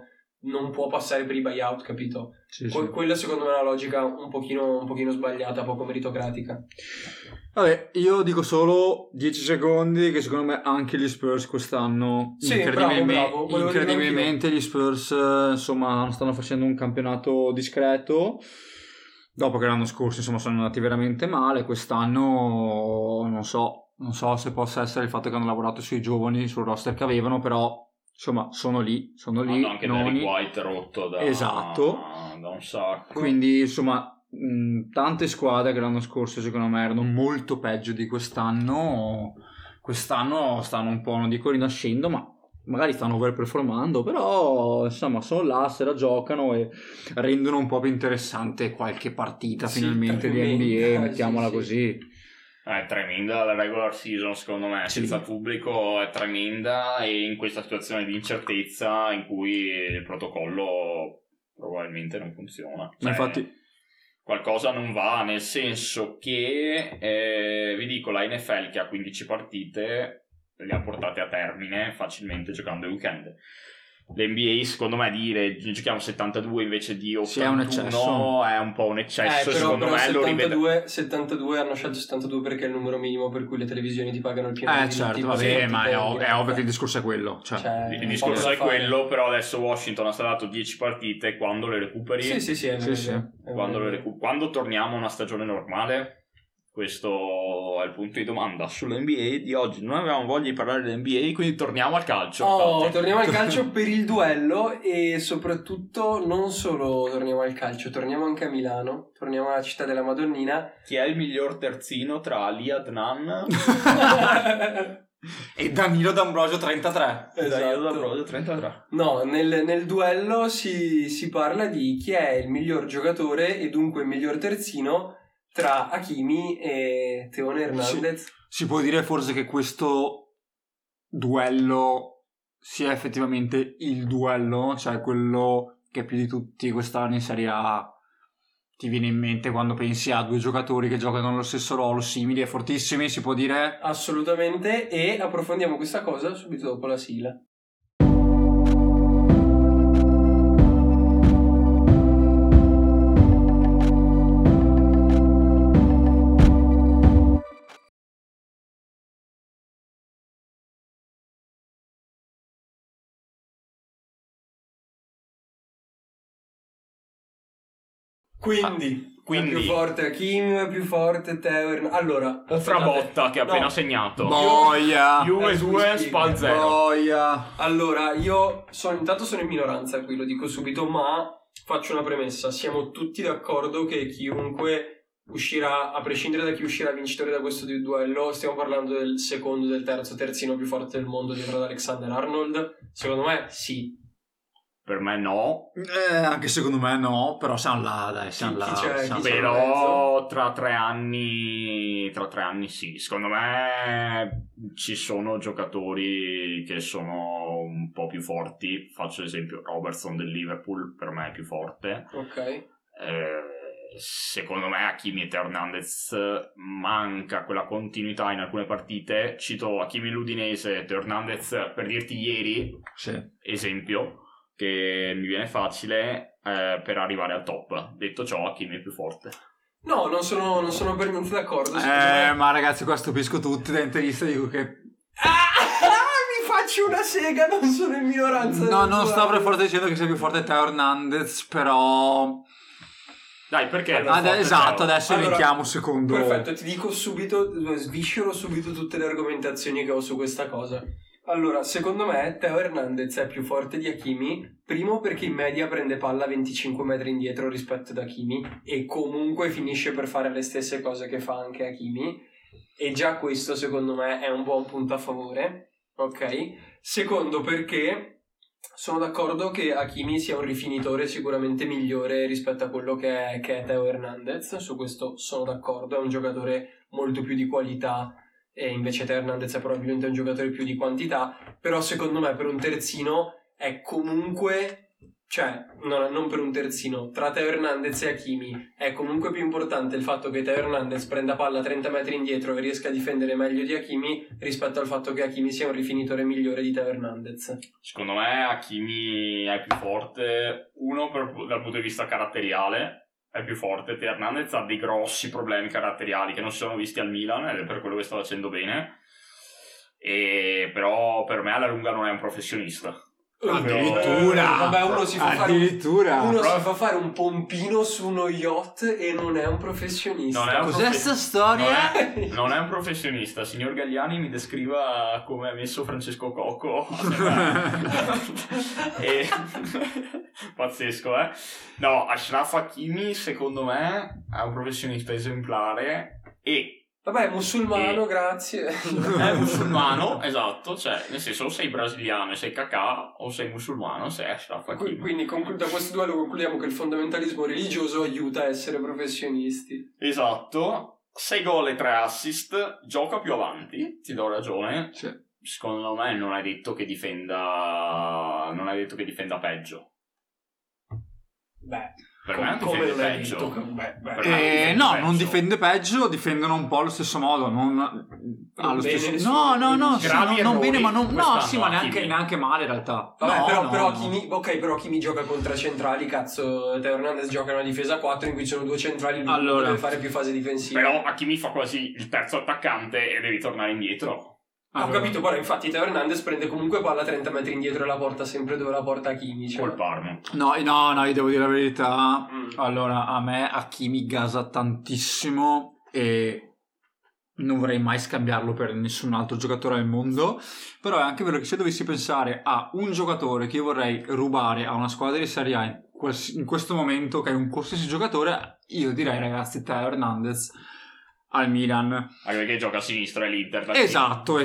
S3: non può passare per i buyout, capito?
S2: Sì.
S3: Quella secondo me è una logica un pochino sbagliata, poco meritocratica.
S2: Vabbè, io dico solo 10 secondi che secondo me anche gli Spurs quest'anno
S3: Sì, bravo.
S2: incredibilmente gli Spurs insomma stanno facendo un campionato discreto dopo che l'anno scorso insomma sono andati veramente male. Quest'anno non so se possa essere il fatto che hanno lavorato sui giovani, sul roster che avevano, però insomma sono lì
S1: hanno anche Derrick White rotto da un sacco,
S2: quindi insomma tante squadre che l'anno scorso secondo me erano molto peggio di quest'anno stanno un po', non dico rinascendo, ma magari stanno overperformando, però insomma sono là, se la giocano e rendono un po' più interessante qualche partita finalmente di NBA, mettiamola così.
S1: È tremenda la regular season, secondo me, senza pubblico è tremenda, e in questa situazione di incertezza in cui il protocollo probabilmente non funziona.
S2: Ma infatti
S1: qualcosa non va, nel senso che vi dico, la NFL che ha 15 partite le ha portate a termine facilmente giocando il weekend. L'NBA secondo me dire giochiamo 72 invece di 81 è un po' un eccesso, secondo me
S3: 72 hanno scelto 72 perché è il numero minimo per cui le televisioni ti pagano il pieno
S2: certo, vabbè, ma è ovvio che il discorso è quello,
S1: il discorso è quello, però adesso Washington ha saltato 10 partite, quando le recuperi? Quando torniamo a una stagione normale? Questo è il punto di domanda sull'NBA di oggi. Non avevamo voglia di parlare dell'NBA, quindi torniamo al calcio.
S3: Torniamo al calcio per il duello, e soprattutto non solo torniamo al calcio, torniamo anche a Milano, torniamo alla città della Madonnina.
S1: Chi è il miglior terzino tra Ali Adnan
S2: e Danilo D'Ambrosio 33?
S3: Esatto.
S1: Danilo D'Ambrosio 33.
S3: No, nel duello si parla di chi è il miglior giocatore e dunque il miglior terzino tra Hakimi e Théo Hernandez.
S2: Si può dire forse che questo duello sia effettivamente il duello, cioè quello che più di tutti quest'anno in Serie A ti viene in mente quando pensi a due giocatori che giocano nello stesso ruolo, simili e fortissimi, si può dire?
S3: Assolutamente, e approfondiamo questa cosa subito dopo la sigla. Quindi più forte Hakimi, più forte Théo Hernandez. Allora,
S1: Frabotta che ha appena segnato.
S2: Boia.
S1: Juve 2 Spal 0.
S2: Boia.
S3: Allora, io intanto sono in minoranza qui, lo dico subito, ma faccio una premessa. Siamo tutti d'accordo che chiunque uscirà, a prescindere da chi uscirà vincitore da questo duello, stiamo parlando del secondo, del terzo terzino più forte del mondo dietro ad Alexander Arnold? Secondo me sì.
S1: Per me no.
S2: Anche secondo me no, però siamo là, dai, siamo là.
S1: Però tra tre anni sì. Secondo me ci sono giocatori che sono un po' più forti. Faccio l'esempio Robertson del Liverpool, per me è più forte.
S3: Ok.
S1: Secondo me Hakimi e Théo Hernandez manca quella continuità in alcune partite. Cito Hakimi l'Udinese, Théo Hernandez per dirti ieri, esempio che mi viene facile per arrivare al top. Detto ciò, Hakimi è più forte.
S3: No, non sono per niente d'accordo.
S2: Ma ragazzi, qua stupisco tutti da intervista, dico che
S3: mi faccio una sega, non sono in minoranza.
S2: No, non sto per forza dicendo che sia più forte Théo Hernandez, però
S1: dai, perché?
S2: Esatto, adesso mettiamo secondo.
S3: Perfetto, ti dico subito, sviscero subito tutte le argomentazioni che ho su questa cosa. Allora, secondo me Théo Hernandez è più forte di Hakimi, primo perché in media prende palla 25 metri indietro rispetto ad Hakimi e comunque finisce per fare le stesse cose che fa anche Hakimi, e già questo secondo me è un buon punto a favore, ok? Secondo perché sono d'accordo che Hakimi sia un rifinitore sicuramente migliore rispetto a quello che è Théo Hernandez, su questo sono d'accordo, è un giocatore molto più di qualità, e invece Théo Hernandez è probabilmente un giocatore più di quantità, però secondo me per un terzino è comunque cioè, non per un terzino, tra Teo Hernandez e Hakimi è comunque più importante il fatto che Teo Hernandez prenda palla 30 metri indietro e riesca a difendere meglio di Hakimi rispetto al fatto che Hakimi sia un rifinitore migliore di Teo Hernandez.
S1: Secondo me Hakimi è più forte, dal punto di vista caratteriale è più forte. Teo Hernandez ha dei grossi problemi caratteriali che non si sono visti al Milan ed è per quello che sta facendo bene, però per me alla lunga non è un professionista.
S2: Addirittura,
S3: vabbè, uno si fa fare un pompino su uno yacht e non è un professionista.
S2: Cos'è sta storia?
S1: Non è un professionista. Signor Galliani mi descriva come ha messo Francesco Cocco. Pazzesco, No, Achraf Hakimi secondo me è un professionista esemplare e
S3: vabbè, musulmano, grazie.
S1: È musulmano, esatto, cioè nel senso o sei brasiliano e sei Kakà o sei musulmano, sei Achraf Hakimi.
S3: Quindi da questo duello concludiamo che il fondamentalismo religioso aiuta a essere professionisti.
S1: Esatto, 6 gol e 3 assist, gioca più avanti, ti do ragione.
S2: Sì.
S1: Secondo me non è detto che difenda peggio.
S3: Beh,
S1: per me
S3: come
S1: difende
S3: non è
S1: peggio.
S3: detto
S2: Non difende peggio, difendono un po' allo stesso modo. Non bene, ma non. No, sì, ma neanche male in realtà.
S3: Vabbè, però Hakimi gioca con 3 centrali. Cazzo, Teo Hernandez gioca una difesa 4 in cui ci sono 2 centrali. Lui deve fare più fase difensiva.
S1: Però Hakimi fa quasi il terzo attaccante e devi tornare indietro.
S3: Ho capito, però infatti Teo Hernandez prende comunque palla 30 metri indietro e la porta sempre dove la porta Hakimi. Cioè.
S1: Col Parma.
S2: No, io devo dire la verità. Allora, a me Hakimi gasa tantissimo e non vorrei mai scambiarlo per nessun altro giocatore al mondo. Però è anche vero che se dovessi pensare a un giocatore che io vorrei rubare a una squadra di Serie A in questo momento, che è un qualsiasi giocatore, io direi, ragazzi, Teo Hernandez al Milan,
S1: anche perché gioca a sinistra e l'Inter
S2: esatto,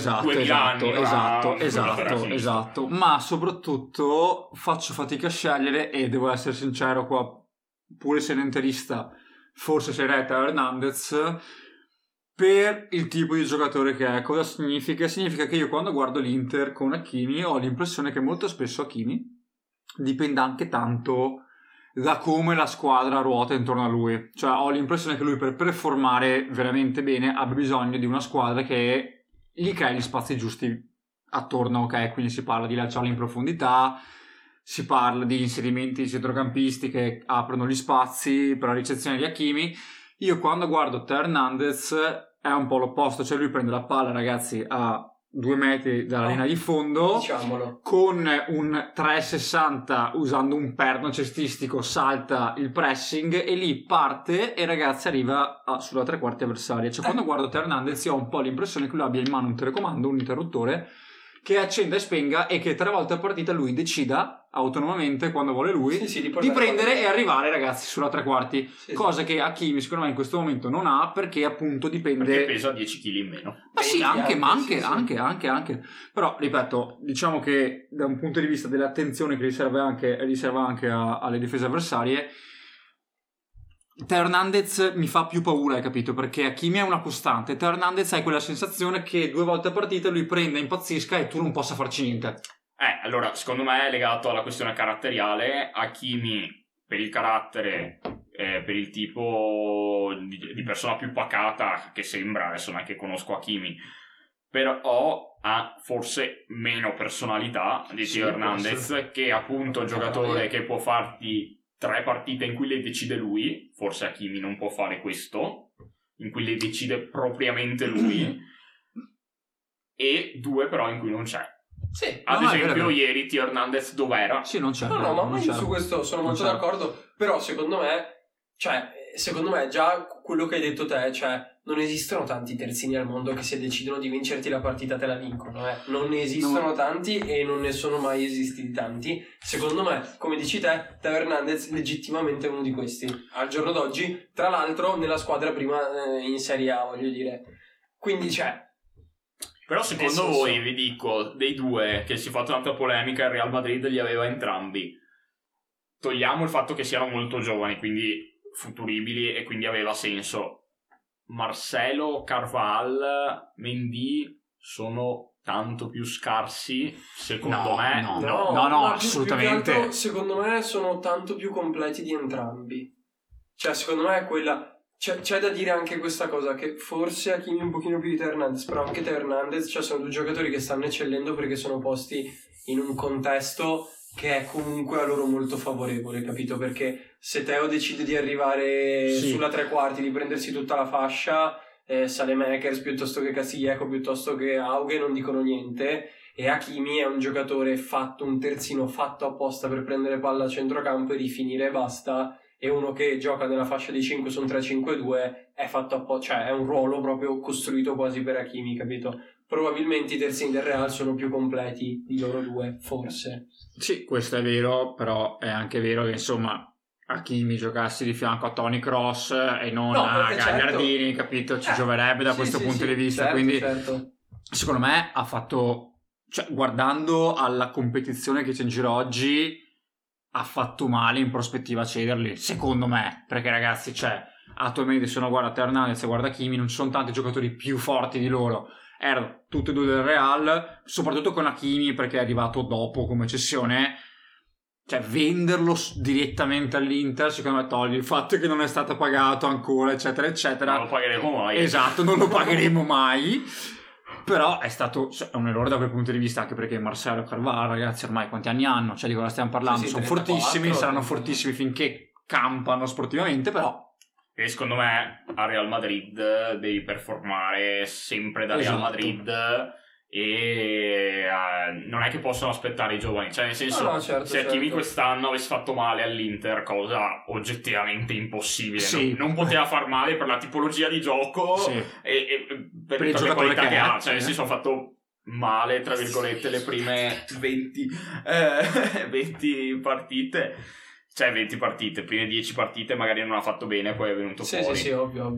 S2: ma soprattutto faccio fatica a scegliere e devo essere sincero qua, pure se interista forse sarei Teo Hernandez per il tipo di giocatore che è. Cosa significa? Significa che io quando guardo l'Inter con Hakimi ho l'impressione che molto spesso Hakimi dipenda anche tanto da come la squadra ruota intorno a lui. Cioè ho l'impressione che lui per performare veramente bene abbia bisogno di una squadra che gli crei gli spazi giusti attorno, ok? Quindi si parla di lanciarli in profondità, si parla di inserimenti di centrocampisti che aprono gli spazi per la ricezione di Hakimi. Io quando guardo Teo Hernandez è un po' l'opposto, cioè lui prende la palla, ragazzi, a 2 metri dalla linea di fondo,
S3: diciamolo,
S2: con un 360 usando un perno cestistico salta il pressing e lì parte e ragazzi arriva sulla 3/4 avversaria. Cioè quando guardo Teo Hernandez io ho un po' l'impressione che lui abbia in mano un telecomando, un interruttore che accenda e spenga e che 3 volte a partita lui decida autonomamente quando vuole lui di prendere e arrivare, ragazzi, sulla 3/4, cosa che Hakimi secondo me in questo momento non ha, perché appunto dipende,
S1: perché pesa 10 kg in meno.
S2: Ma sì, anche. Però ripeto, diciamo che da un punto di vista dell'attenzione che riserva anche alle difese avversarie, Teo Hernandez mi fa più paura, hai capito? Perché Hakimi è una costante, Teo Hernandez hai quella sensazione che 2 volte a partita lui prenda, impazzisca e tu non possa farci niente.
S1: Allora, secondo me è legato alla questione caratteriale. Hakimi, per il carattere, per il tipo di persona più pacata che sembra, adesso non è che conosco Hakimi, però ha forse meno personalità di Teo Hernandez, che è appunto un giocatore che può farti 3 partite in cui le decide lui. Forse Hakimi non può fare questo, in cui le decide propriamente lui, e 2 però in cui non c'è.
S3: Sì,
S1: ad esempio ieri Teo Hernandez dov'era?
S2: Sì, non c'è.
S3: Ma io su questo sono molto d'accordo, però secondo me già quello che hai detto te, cioè non esistono tanti terzini al mondo che se decidono di vincerti la partita te la vincono, non ne esistono tanti e non ne sono mai esistiti tanti. Secondo me, come dici te, Teo Hernandez legittimamente è uno di questi al giorno d'oggi, tra l'altro nella squadra prima in Serie A, voglio dire, quindi
S1: però secondo voi, vi dico, dei 2 che si fa tanta polemica, il Real Madrid li aveva entrambi, togliamo il fatto che siano molto giovani, quindi futuribili, e quindi aveva senso Marcelo, Carvajal, Mendy, sono tanto più scarsi, secondo me.
S2: No,
S3: ma
S2: assolutamente.
S3: più che altro, secondo me sono tanto più completi di entrambi. Cioè, secondo me è quella... C'è da dire anche questa cosa, che forse Hakimi un pochino più di Teo Hernandez, però anche Teo Hernandez, cioè sono due giocatori che stanno eccellendo perché sono posti in un contesto che è comunque a loro molto favorevole, capito? Perché se Teo decide di arrivare sulla tre quarti, di prendersi tutta la fascia, Saelemaekers piuttosto che Castillejo, piuttosto che Auge non dicono niente, e Hakimi è un giocatore fatto, un terzino fatto apposta per prendere palla a centrocampo e rifinire e basta, e uno che gioca nella fascia di 5 su un 3-5-2 è fatto apposta, cioè è un ruolo proprio costruito quasi per Hakimi, capito? Probabilmente i terzini del Real sono più completi di loro due, forse.
S2: Sì, questo è vero, però è anche vero che insomma Hakimi giocassi di fianco a Toni Kroos e non a Gagliardini, certo. Capito? Ci gioverebbe da questo punto di vista,
S3: certo,
S2: quindi
S3: certo.
S2: Secondo me ha fatto, cioè, guardando alla competizione che c'è in giro oggi, ha fatto male in prospettiva a cederli, secondo me, perché ragazzi, cioè, attualmente se uno guarda Teo Hernandez e guarda Hakimi, non ci sono tanti giocatori più forti di loro. Erano tutti e due del Real, soprattutto con Hakimi perché è arrivato dopo come cessione. Cioè, venderlo direttamente all'Inter, secondo me toglie il fatto che non è stato pagato ancora, eccetera, eccetera.
S1: Non lo pagheremo mai.
S2: Esatto, non lo pagheremo mai. Però è stato un errore da quel punto di vista, anche perché Marcelo Carvalho, ragazzi, ormai quanti anni hanno? Cioè, di cosa stiamo parlando?
S3: Sì,
S2: sono
S3: 34,
S2: fortissimi, saranno fortissimi finché campano sportivamente, però...
S1: E secondo me a Real Madrid devi performare sempre da Real Madrid e non è che possono aspettare i giovani, cioè nel senso se Hakimi quest'anno avesse fatto male all'Inter, cosa oggettivamente impossibile, non poteva far male per la tipologia di gioco e per le qualità che ha, cioè nel senso ha fatto male tra virgolette le prime 20 partite. Cioè 20 partite, prime 10 partite magari non ha fatto bene, poi è venuto fuori.
S3: Sì, ovvio.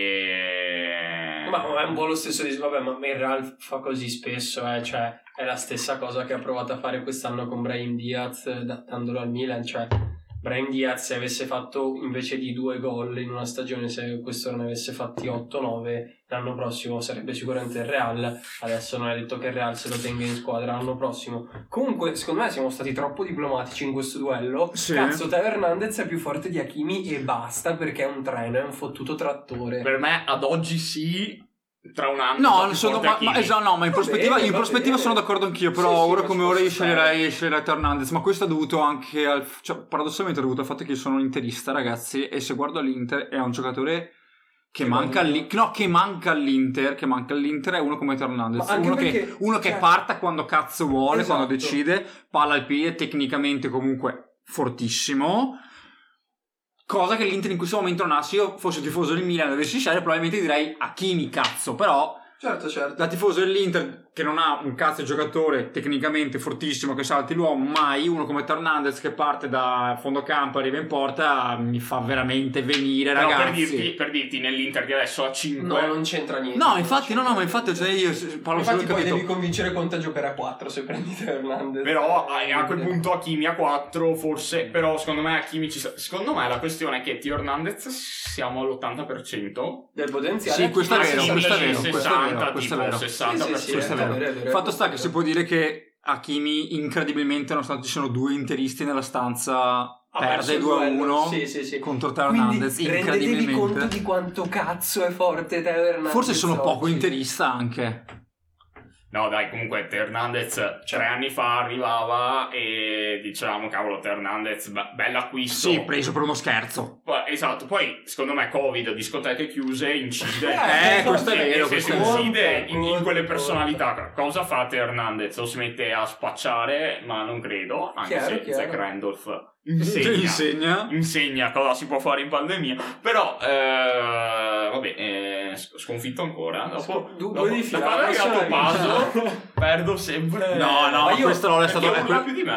S3: Ma è un po' lo stesso di... Vabbè, ma il Real fa così spesso, cioè è la stessa cosa che ha provato a fare quest'anno con Brahim Diaz, dandolo al Milan, cioè Brahim Diaz se avesse fatto invece di 2 gol in una stagione, se quest'anno ne avesse fatti 8-9, l'anno prossimo sarebbe sicuramente il Real. Adesso non è detto che il Real se lo tenga in squadra l'anno prossimo. Comunque secondo me siamo stati troppo diplomatici in questo duello. Cazzo, Teo Hernandez è più forte di Hakimi e basta, perché è un treno, è un fottuto trattore.
S1: Per me ad oggi sì, tra un anno
S2: ma in prospettiva sono d'accordo anch'io, però ora come ora io sceglierei Teo Hernandez, ma questo è dovuto anche paradossalmente è dovuto al fatto che io sono un interista, ragazzi, e se guardo l'Inter è un giocatore che manca all'Inter, è uno come Teo Hernandez, uno che parta quando cazzo vuole, quando decide, palla al piede, tecnicamente comunque fortissimo. Cosa che l'Inter in questo momento non ha. Se io fossi tifoso del Milan e dovessi scegliere, probabilmente direi Hakimi, cazzo. Però
S3: certo.
S2: Da tifoso dell'Inter, che non ha un cazzo di giocatore tecnicamente fortissimo che salti l'uomo, mai uno come Teo Hernandez che parte da fondo campo e arriva in porta, mi fa veramente venire,
S1: però
S2: ragazzi.
S1: per dirti nell'Inter di adesso a 5
S3: no, non c'entra niente.
S2: No, infatti cioè io parlo solo
S3: poi
S2: capito.
S3: devi convincere Conte a giocare a 4 se prendi Teo Hernandez.
S1: Però a quel punto Hakimi a 4 forse, però secondo me Hakimi secondo me la questione è che Teo Hernandez siamo all'80%
S3: del potenziale.
S2: Sì, questo è vero,
S1: 60,
S2: questo è
S1: tipo
S2: vero.
S1: 60%.
S2: Il fatto sta che si può dire che Hakimi incredibilmente, nonostante ci sono 2 interisti nella stanza, perde 2-1 contro Teo Hernandez. Incredibilmente.
S3: Rendetevi conto di quanto cazzo è forte Teo Hernandez.
S2: Forse sono poco interista anche.
S1: No dai, comunque Teo Hernandez 3 anni fa arrivava e dicevamo cavolo, Teo Hernandez bell'acquisto.
S2: Sì, preso per uno scherzo.
S1: Esatto, poi secondo me Covid, discoteche chiuse, incide.
S2: Questo è vero.
S1: Se si incide in quelle personalità, cosa fa Teo Hernandez? O si mette a spacciare, ma non credo, anche se Zach Randolph insegna cosa si può fare in pandemia. Però vabbè, sconfitto ancora. Dopo
S3: due di fila,
S1: quando è arrivato Paso perdo sempre.
S2: No, ma questo non è stato
S1: più di me.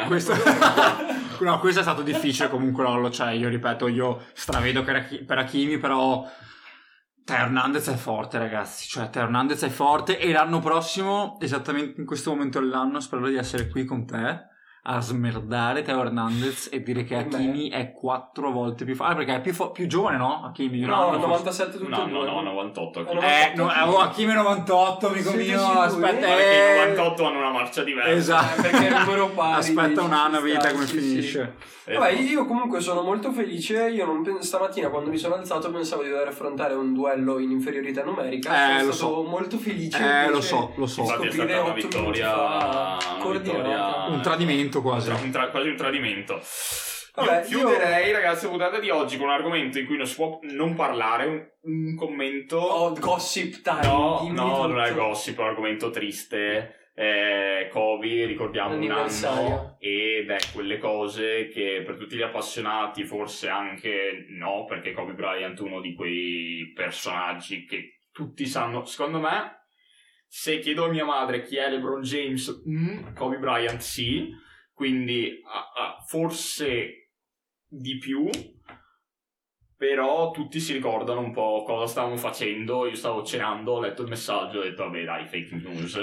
S2: No, questo è stato difficile comunque, Lollo. Cioè, io ripeto, io stravedo per Hakimi, però Teo Hernandez è forte, ragazzi. Cioè, Teo Hernandez è forte e l'anno prossimo, esattamente in questo momento dell'anno, spero di essere qui con te a smerdare Teo Hernandez e dire che Hakimi è 4 volte più forte. Perché è più giovane, no? Hakimi
S3: no, 97 tutti e due.
S1: No, 98.
S2: Hakimi 98, amico mio. Aspetta,
S1: perché i 98 hanno una marcia diversa.
S2: Esatto.
S3: Perché il numero pari.
S2: Aspetta un anno, vita come finisce.
S3: Vabbè, io comunque sono molto felice. Io stamattina quando mi sono alzato pensavo di dover affrontare un duello in inferiorità numerica. Sono stato molto felice.
S2: Lo so.
S1: Infatti è stata una vittoria
S2: un tradimento quasi.
S1: Quasi un tradimento.
S3: Vabbè,
S1: chiuderei, ragazzi, la puntata di oggi con un argomento in cui non si può non parlare. Un commento.
S3: Gossip time.
S1: No, non è gossip, è un argomento triste. Kobe, ricordiamo un anno, ed è quelle cose che per tutti gli appassionati forse anche no, perché Kobe Bryant è uno di quei personaggi che tutti sanno. Secondo me, se chiedo a mia madre chi è LeBron James, Kobe Bryant sì, quindi forse di più, però tutti si ricordano un po' cosa stavamo facendo. Io stavo cenando, ho letto il messaggio, ho detto vabbè dai, fake news.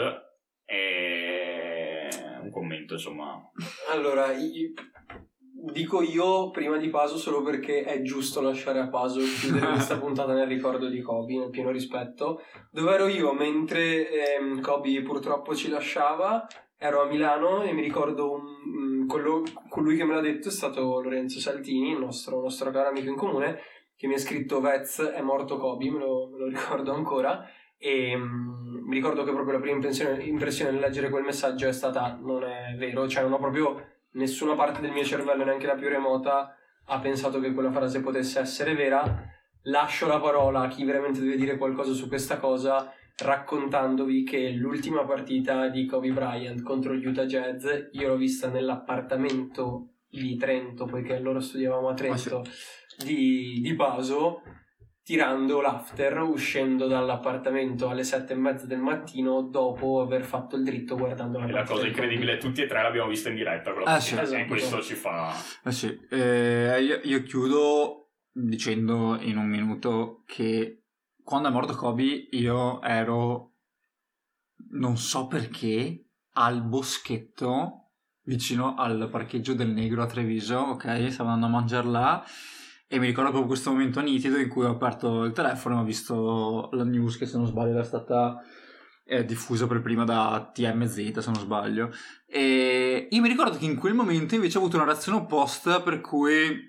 S1: E un commento, insomma.
S3: Allora, dico io prima di Paso solo perché è giusto lasciare a Paso chiudere questa puntata nel ricordo di Kobe, nel pieno rispetto. Dove ero io mentre Kobe purtroppo ci lasciava? Ero a Milano e mi ricordo colui che me l'ha detto è stato Lorenzo Saltini, il nostro caro amico in comune, che mi ha scritto Vez, è morto Kobe, me lo ricordo ancora. E mi ricordo che proprio la prima impressione nel leggere quel messaggio è stata: non è vero, cioè non ho proprio nessuna parte del mio cervello, neanche la più remota, ha pensato che quella frase potesse essere vera. Lascio la parola a chi veramente deve dire qualcosa su questa cosa, raccontandovi che l'ultima partita di Kobe Bryant contro gli Utah Jazz io l'ho vista nell'appartamento di Trento, poiché loro studiavamo a Trento, di Paso, tirando l'after, uscendo dall'appartamento alle 7:30 del mattino dopo aver fatto il dritto guardando la partita.
S1: La cosa incredibile, tutti e tre l'abbiamo vista in diretta,
S2: sì,
S1: esatto. E questo ci fa...
S2: sì. Io chiudo dicendo in un minuto che quando è morto Kobe io ero, non so perché, al boschetto vicino al parcheggio del Negro a Treviso, ok? Stavo andando a mangiare là. E mi ricordo proprio questo momento nitido in cui ho aperto il telefono e ho visto la news che, se non sbaglio, era stata diffusa per prima da TMZ, se non sbaglio. E io mi ricordo che in quel momento invece ho avuto una reazione opposta, per cui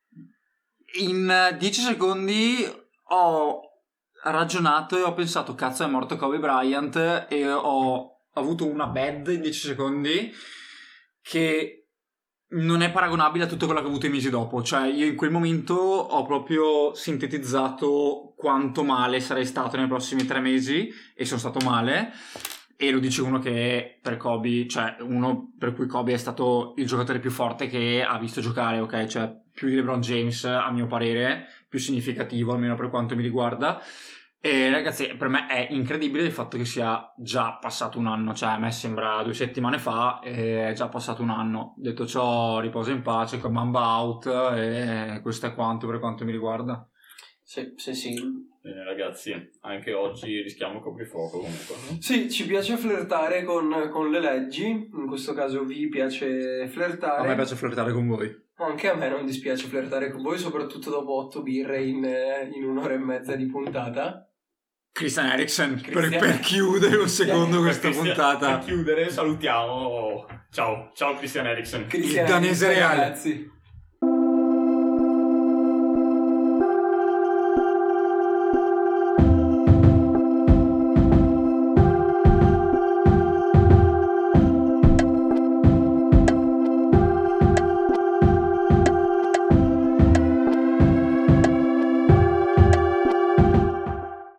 S2: in 10 secondi ho ragionato e ho pensato: cazzo, è morto Kobe Bryant, e ho avuto una bad in 10 secondi che non è paragonabile a tutto quello che ho avuto i mesi dopo. Cioè, io in quel momento ho proprio sintetizzato quanto male sarei stato nei prossimi 3 mesi, e sono stato male. E lo dice uno che per Kobe, cioè uno per cui Kobe è stato il giocatore più forte che ha visto giocare, ok? Cioè più di LeBron James, a mio parere, più significativo almeno per quanto mi riguarda. E ragazzi, per me è incredibile il fatto che sia già passato un anno. Cioè a me sembra 2 settimane fa e è già passato un anno. Detto ciò, riposa in pace, con Mamba out, e questo è quanto per quanto mi riguarda.
S3: Sì.
S1: Bene ragazzi, anche oggi rischiamo coprifuoco comunque, no?
S3: Sì, ci piace flirtare con le leggi, in questo caso vi piace flirtare.
S2: A me piace flirtare con voi.
S3: Anche a me non dispiace flirtare con voi, soprattutto dopo 8 birre in 1 ora e mezza di puntata.
S2: Christian Eriksen, per chiudere un secondo questa puntata.
S1: Per chiudere salutiamo, ciao Christian Eriksen,
S2: il danese reale.
S3: Ragazzi.